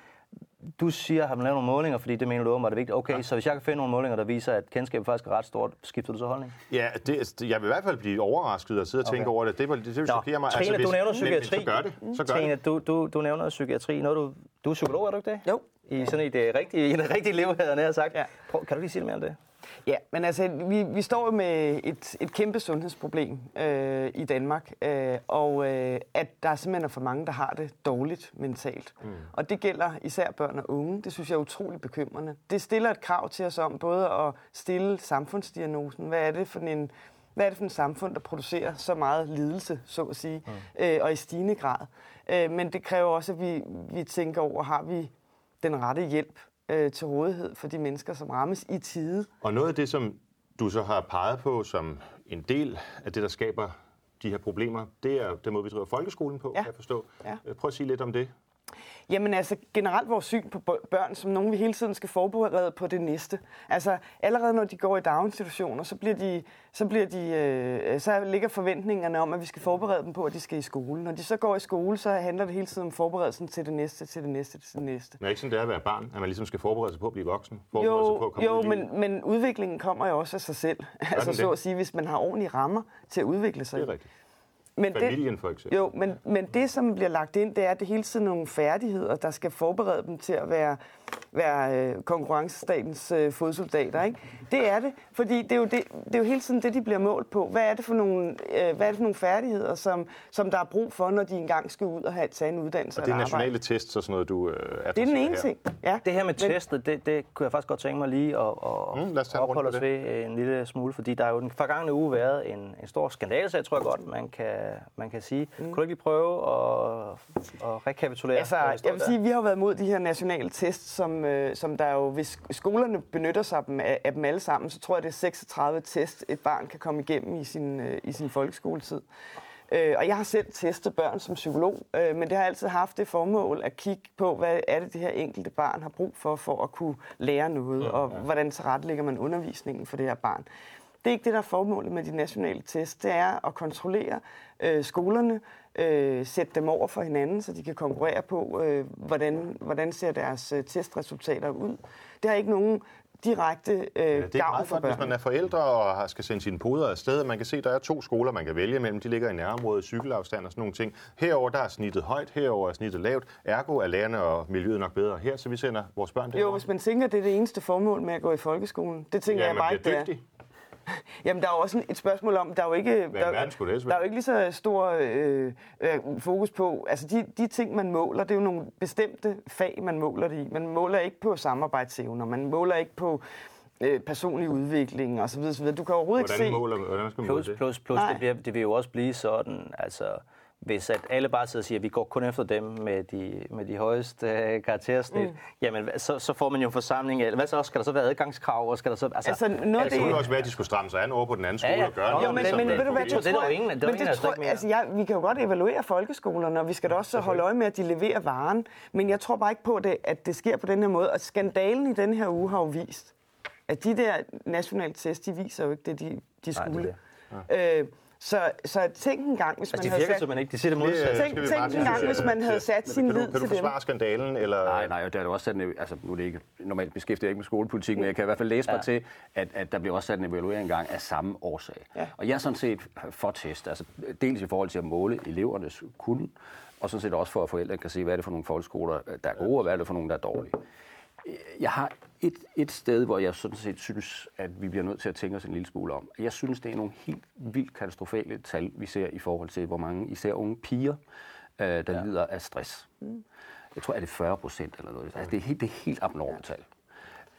Du siger, har man lavet nogle målinger, fordi det mener du åbenbart er vigtigt. Okay, ja. Så hvis jeg kan finde nogle målinger, der viser, at kendskabet faktisk er ret stort, skifter du så holdning? Ja, det, jeg vil i hvert fald blive overrasket og sidde og tænke okay. over det. Det, det, det vil chokere mig. Trine, altså, hvis, du nævner psykiatri. Men, så gør det. Så gør Trine, det. Du, du, du nævner psykiatri. Når du, du er psykolog, er du ikke det? Jo. I sådan et uh, rigtigt, en rigtig liv, havde jeg sagt. Ja. Prøv, kan du lige sige mere om det? Ja, men altså, vi, vi står med et, et kæmpe sundhedsproblem øh, i Danmark, øh, og øh, at der simpelthen er for mange, der har det dårligt mentalt. Mm. Og det gælder især børn og unge. Det synes jeg er utroligt bekymrende. Det stiller et krav til os om både at stille samfundsdiagnosen. Hvad er det for en, hvad er det for en samfund, der producerer så meget lidelse, så at sige, mm. øh, og i stigende grad. Øh, men det kræver også, at vi, vi tænker over, har vi den rette hjælp til rådighed for de mennesker, som rammes i tide. Og noget af det, som du så har peget på som en del af det, der skaber de her problemer, det er den måde, vi driver folkeskolen på, ja. Kan jeg forstå. Ja. Prøv at sige lidt om det. Jamen altså generelt vores syn på børn, som nogen vi hele tiden skal forberede på det næste. Altså allerede når de går i daginstitutioner, så bliver de, så bliver de, øh, så ligger forventningerne om, at vi skal forberede dem på, at de skal i skole. Når de så går i skole, så handler det hele tiden om forberedelsen til det næste, til det næste, til det næste. Men er ikke sådan, det er at være barn, at man ligesom skal forberede sig på at blive voksen? Forberede jo, sig på at komme jo ud i men, men udviklingen kommer jo også af sig selv. Altså så at sige, hvis man har ordentlige rammer til at udvikle sig. Det er rigtigt. Men Familien for eksempel. Jo, men, men det, som bliver lagt ind, det er, at det hele tiden nogle færdigheder, der skal forberede dem til at være, være øh, konkurrencestatens øh, fodsoldater. Ikke? Det er det, fordi det er, jo det, det er jo hele tiden det, de bliver målt på. Hvad er det for nogle, øh, hvad er det for nogle færdigheder, som, som der er brug for, når de engang skal ud og have, tage en uddannelse? Og det er nationale tests og sådan noget, du øh, er Det er den ene ting. Ja. Det her med testet, det, det kunne jeg faktisk godt tænke mig lige at, at mm, opholde os ved en lille smule, fordi der er jo den forgangne uge været en, en stor skandalesag, tror jeg godt, man kan, man kan sige. Mm. Kunne du ikke lige prøve at, at rekapitulere? Altså, jeg vil sige, at vi har været mod de her nationale tests, som, øh, som der jo, hvis skolerne benytter sig af dem, af, af dem alle sammen, så tror jeg, det er seksogtredive test, et barn kan komme igennem i sin, øh, i sin folkeskoletid. Øh, og jeg har selv testet børn som psykolog, øh, men det har altid haft det formål at kigge på, hvad er det, det her enkelte barn har brug for, for at kunne lære noget, ja, og ja. hvordan tilrettelægger man undervisningen for det her barn. Det er ikke det, der er formålet med de nationale test. Det er at kontrollere øh, skolerne, øh, sætte dem over for hinanden, så de kan konkurrere på, øh, hvordan, hvordan ser deres øh, testresultater ud. Det har ikke nogen direkte øh, ja, gavn for børn. Hvis man er forældre og skal sende sine poder afsted, man kan se, at der er to skoler, man kan vælge mellem. De ligger i nærområdet, cykelafstand og sådan nogle ting. Herover der er snittet højt, herover er snittet lavt. Ergo er lærerne og miljøet nok bedre her, så vi sender vores børn derovre. Jo, hvis man tænker, at det er det eneste formål med at gå i folkeskolen. Det tænker ja, jeg bare ikke, det er. Jamen, der er også et spørgsmål om, der er jo ikke, der, der er jo ikke lige så stor øh, øh, fokus på, altså de, de ting, man måler, det er jo nogle bestemte fag, man måler det i. Man måler ikke på samarbejdsevner, man måler ikke på øh, personlig udvikling osv. osv. Du kan overhovedet hvordan ikke se... Måler, hvordan skal man måle plus, plus, plus det, bliver, det vil jo også blive sådan, altså... Hvis at alle bare sidder og siger, at vi går kun efter dem med de, med de højeste øh, karaktersnit, mm. jamen så, så får man jo en forsamling. Hvad så? Skal der så være adgangskrav? Og skal der så, altså, altså, noget det kunne også være, at de skulle stramme sig an over på den anden skole ja, ja. og gøre noget. Jo, men, men, men ved du hvad, det tror jeg, men det tror, altså, jeg, vi kan jo godt evaluere folkeskolerne, og vi skal da også holde øje med, at de leverer varen. Men jeg tror bare ikke på, det, at det sker på den her måde. Og skandalen i den her uge har jo vist, at de der nationale test, de viser jo ikke det, de, de skulle. Nej, det øh, Så, så tænk en gang, hvis altså, man de havde sat... man ikke. De siger det modsatte. Tænk, tænk en gang, hvis man havde sat sin lid til dem. Kan du forsvare skandalen? Eller? Nej, nej, det er jo også sat en, altså nu er det ikke, normalt beskæftiger jeg ikke med skolepolitik, men jeg kan i hvert fald læse ja. mig til, at, at der bliver også sat en evaluering engang af samme årsag. Ja. Og jeg er sådan set for test, altså dels i forhold til at måle elevernes kunnen, og sådan set også for, at forældre kan se, hvad er det for nogle folkeskoler, der er gode, og hvad er det for nogle, der er dårlige. Jeg har et, et sted, hvor jeg sådan set synes, at vi bliver nødt til at tænke os en lille smule om. Jeg synes, det er nogle helt vildt katastrofale tal, vi ser i forhold til, hvor mange især unge piger, øh, der ja. lider af stress. Mm. Jeg tror, at det er fyrre procent eller noget. Altså, det er helt, det er helt abnormt tal.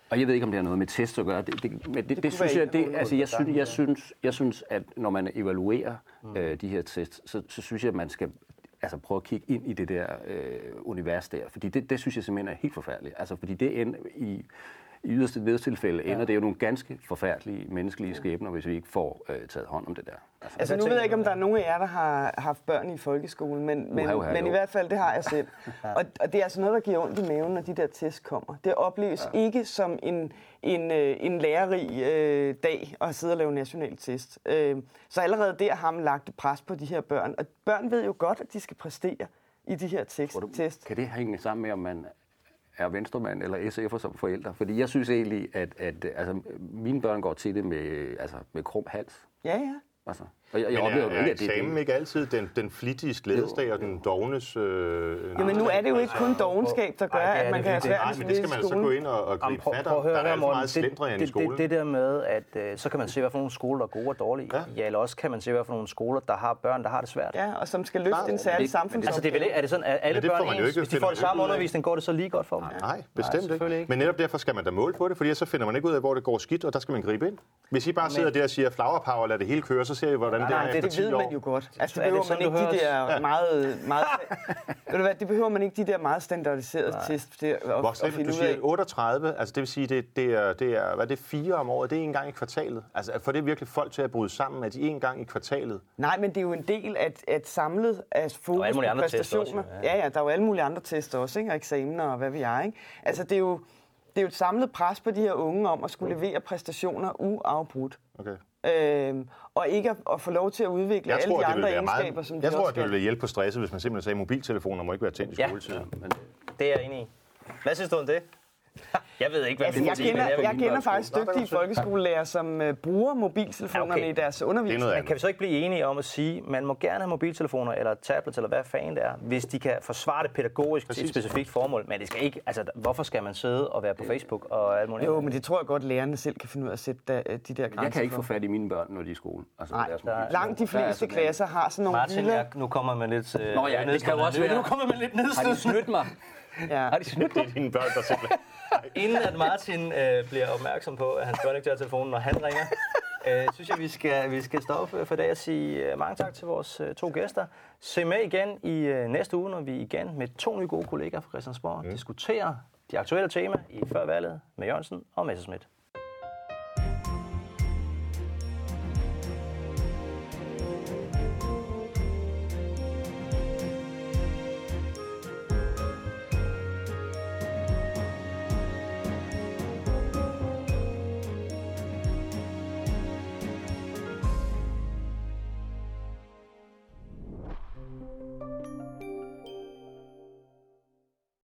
Og jeg ved ikke, om det har noget med test at gøre. Det, det, men det, det, det synes jeg, det, altså, jeg, synes, jeg, synes, jeg synes, at når man evaluerer mm. øh, de her tests, så, så synes jeg, at man skal altså, prøve at kigge ind i det der øh, univers der. Fordi det, det synes jeg simpelthen er helt forfærdeligt. Altså, fordi det ender i... I yderste vedtilfælde ender ja. det jo nogle ganske forfærdelige menneskelige skæbner, hvis vi ikke får øh, taget hånd om det der. Altså, altså nu ved jeg ikke, om der er nogen af jer, der har haft børn i folkeskolen, men, men, uh, men i hvert fald, det har jeg selv. og, og det er altså noget, der giver ondt i maven, når de der tests kommer. Det opleves ja. ikke som en, en, en lærerig øh, dag at sidde og lave national test. Øh, så allerede der har man lagt et pres på de her børn. Og børn ved jo godt, at de skal præstere i de her test. Kan det hænge sammen med, om man er venstremand eller S F'er som forældre? Fordi jeg synes egentlig, at, at altså, mine børn går til det med, altså, med krum hals. Ja, ja. Altså, og jeg, jeg oplever er, er ikke, at det eksamen ikke altid den, den flittige glædesdag og den dovnes... Øh, jo, men nu er det jo ikke kun dovenskab, der gør, ej, at man kan have svært med det skal man så gå ind og, og gribe fat om. Der er alt for meget slendrian i skolen. Det, det der med, at øh, så kan man se, hvad for nogle skoler, der er gode og dårlige. Ja. ja, eller også kan man se, hvad for nogle skoler, der har børn, der har det svært. Ja, og som skal løfte en særlig samfundsopgave. Altså, det er, vel, er det sådan, at alle børn ens, hvis de får det samme undervisning, går det så lige godt for dem? Nej, bestemt ikke. Men netop derfor skal man da måle på det, fordi så finder man ikke ud af, hvor det går skidt, og der skal man gribe ind. Hvis I bare sidder der og siger flower power, lad det hele køre, så ser I, hvordan det er efter ti år. Det ved man jo godt. Altså, det behøver man ikke de der meget... meget ved du hvad, det behøver man ikke de der meget standardiserede tests til at, Hvor at finde du siger otteogtredive, altså det vil sige, det, det, er, det er, hvad det er fire om året, det er en gang i kvartalet. Altså for det er virkelig folk til at bryde sammen, at de en gang i kvartalet. Nej, men det er jo en del af et samlet af fokus på præstationer. Også, ja. ja, ja, der er jo alle mulige andre tests også, ikke? Og eksamener og hvad ved jeg, ikke? Altså det er jo det er jo et samlet pres på de her unge om at skulle levere præstationer uafbrudt. Okay. Øhm, og ikke at, at få lov til at udvikle jeg alle tror, de andre egenskaber, meget, som de jeg tror, også at det ville hjælpe på stresset, hvis man simpelthen sagde, at mobiltelefoner må ikke være tændt i skoletiden. Ja, men det er jeg enig i. Hvad synes du om det? Jeg ved ikke, hvad altså, jeg kender, jeg, jeg kender faktisk dygtige folkeskolelærer, som uh, bruger mobiltelefonerne ja, okay. i deres undervisning. Men kan vi så ikke blive enige om at sige, at man må gerne have mobiltelefoner eller tablets eller hvad fanden det er, hvis de kan forsvare det pædagogisk Præcis. til et specifikt formål. Men det skal ikke, altså, hvorfor skal man sidde og være på Facebook og alt muligt? Jo, men det tror jeg godt, lærerne selv kan finde ud af at sætte da, de der grænser. Jeg kan ikke få fat i mine børn, når de er i skole. Altså, Nej, langt de fleste klasser har sådan nogle Martin, jeg, nu kommer man lidt... Uh, Nå ja, det kan jo også være. Nu kommer man lidt nedstød. Har de snydt mig? Ja. Har de snydt dig? Det er dine børn, der simpelthen... Inden at Martin øh, bliver opmærksom på, at hans børn ikke tager telefonen, når han ringer, øh, synes jeg, vi skal, vi skal stoppe for i dag og sige øh, mange tak til vores øh, to gæster. Se med igen i øh, næste uge, når vi igen med to nye gode kollegaer fra Christiansborg mm. diskuterer de aktuelle temaer i førvalget med Jørgensen og Messerschmidt.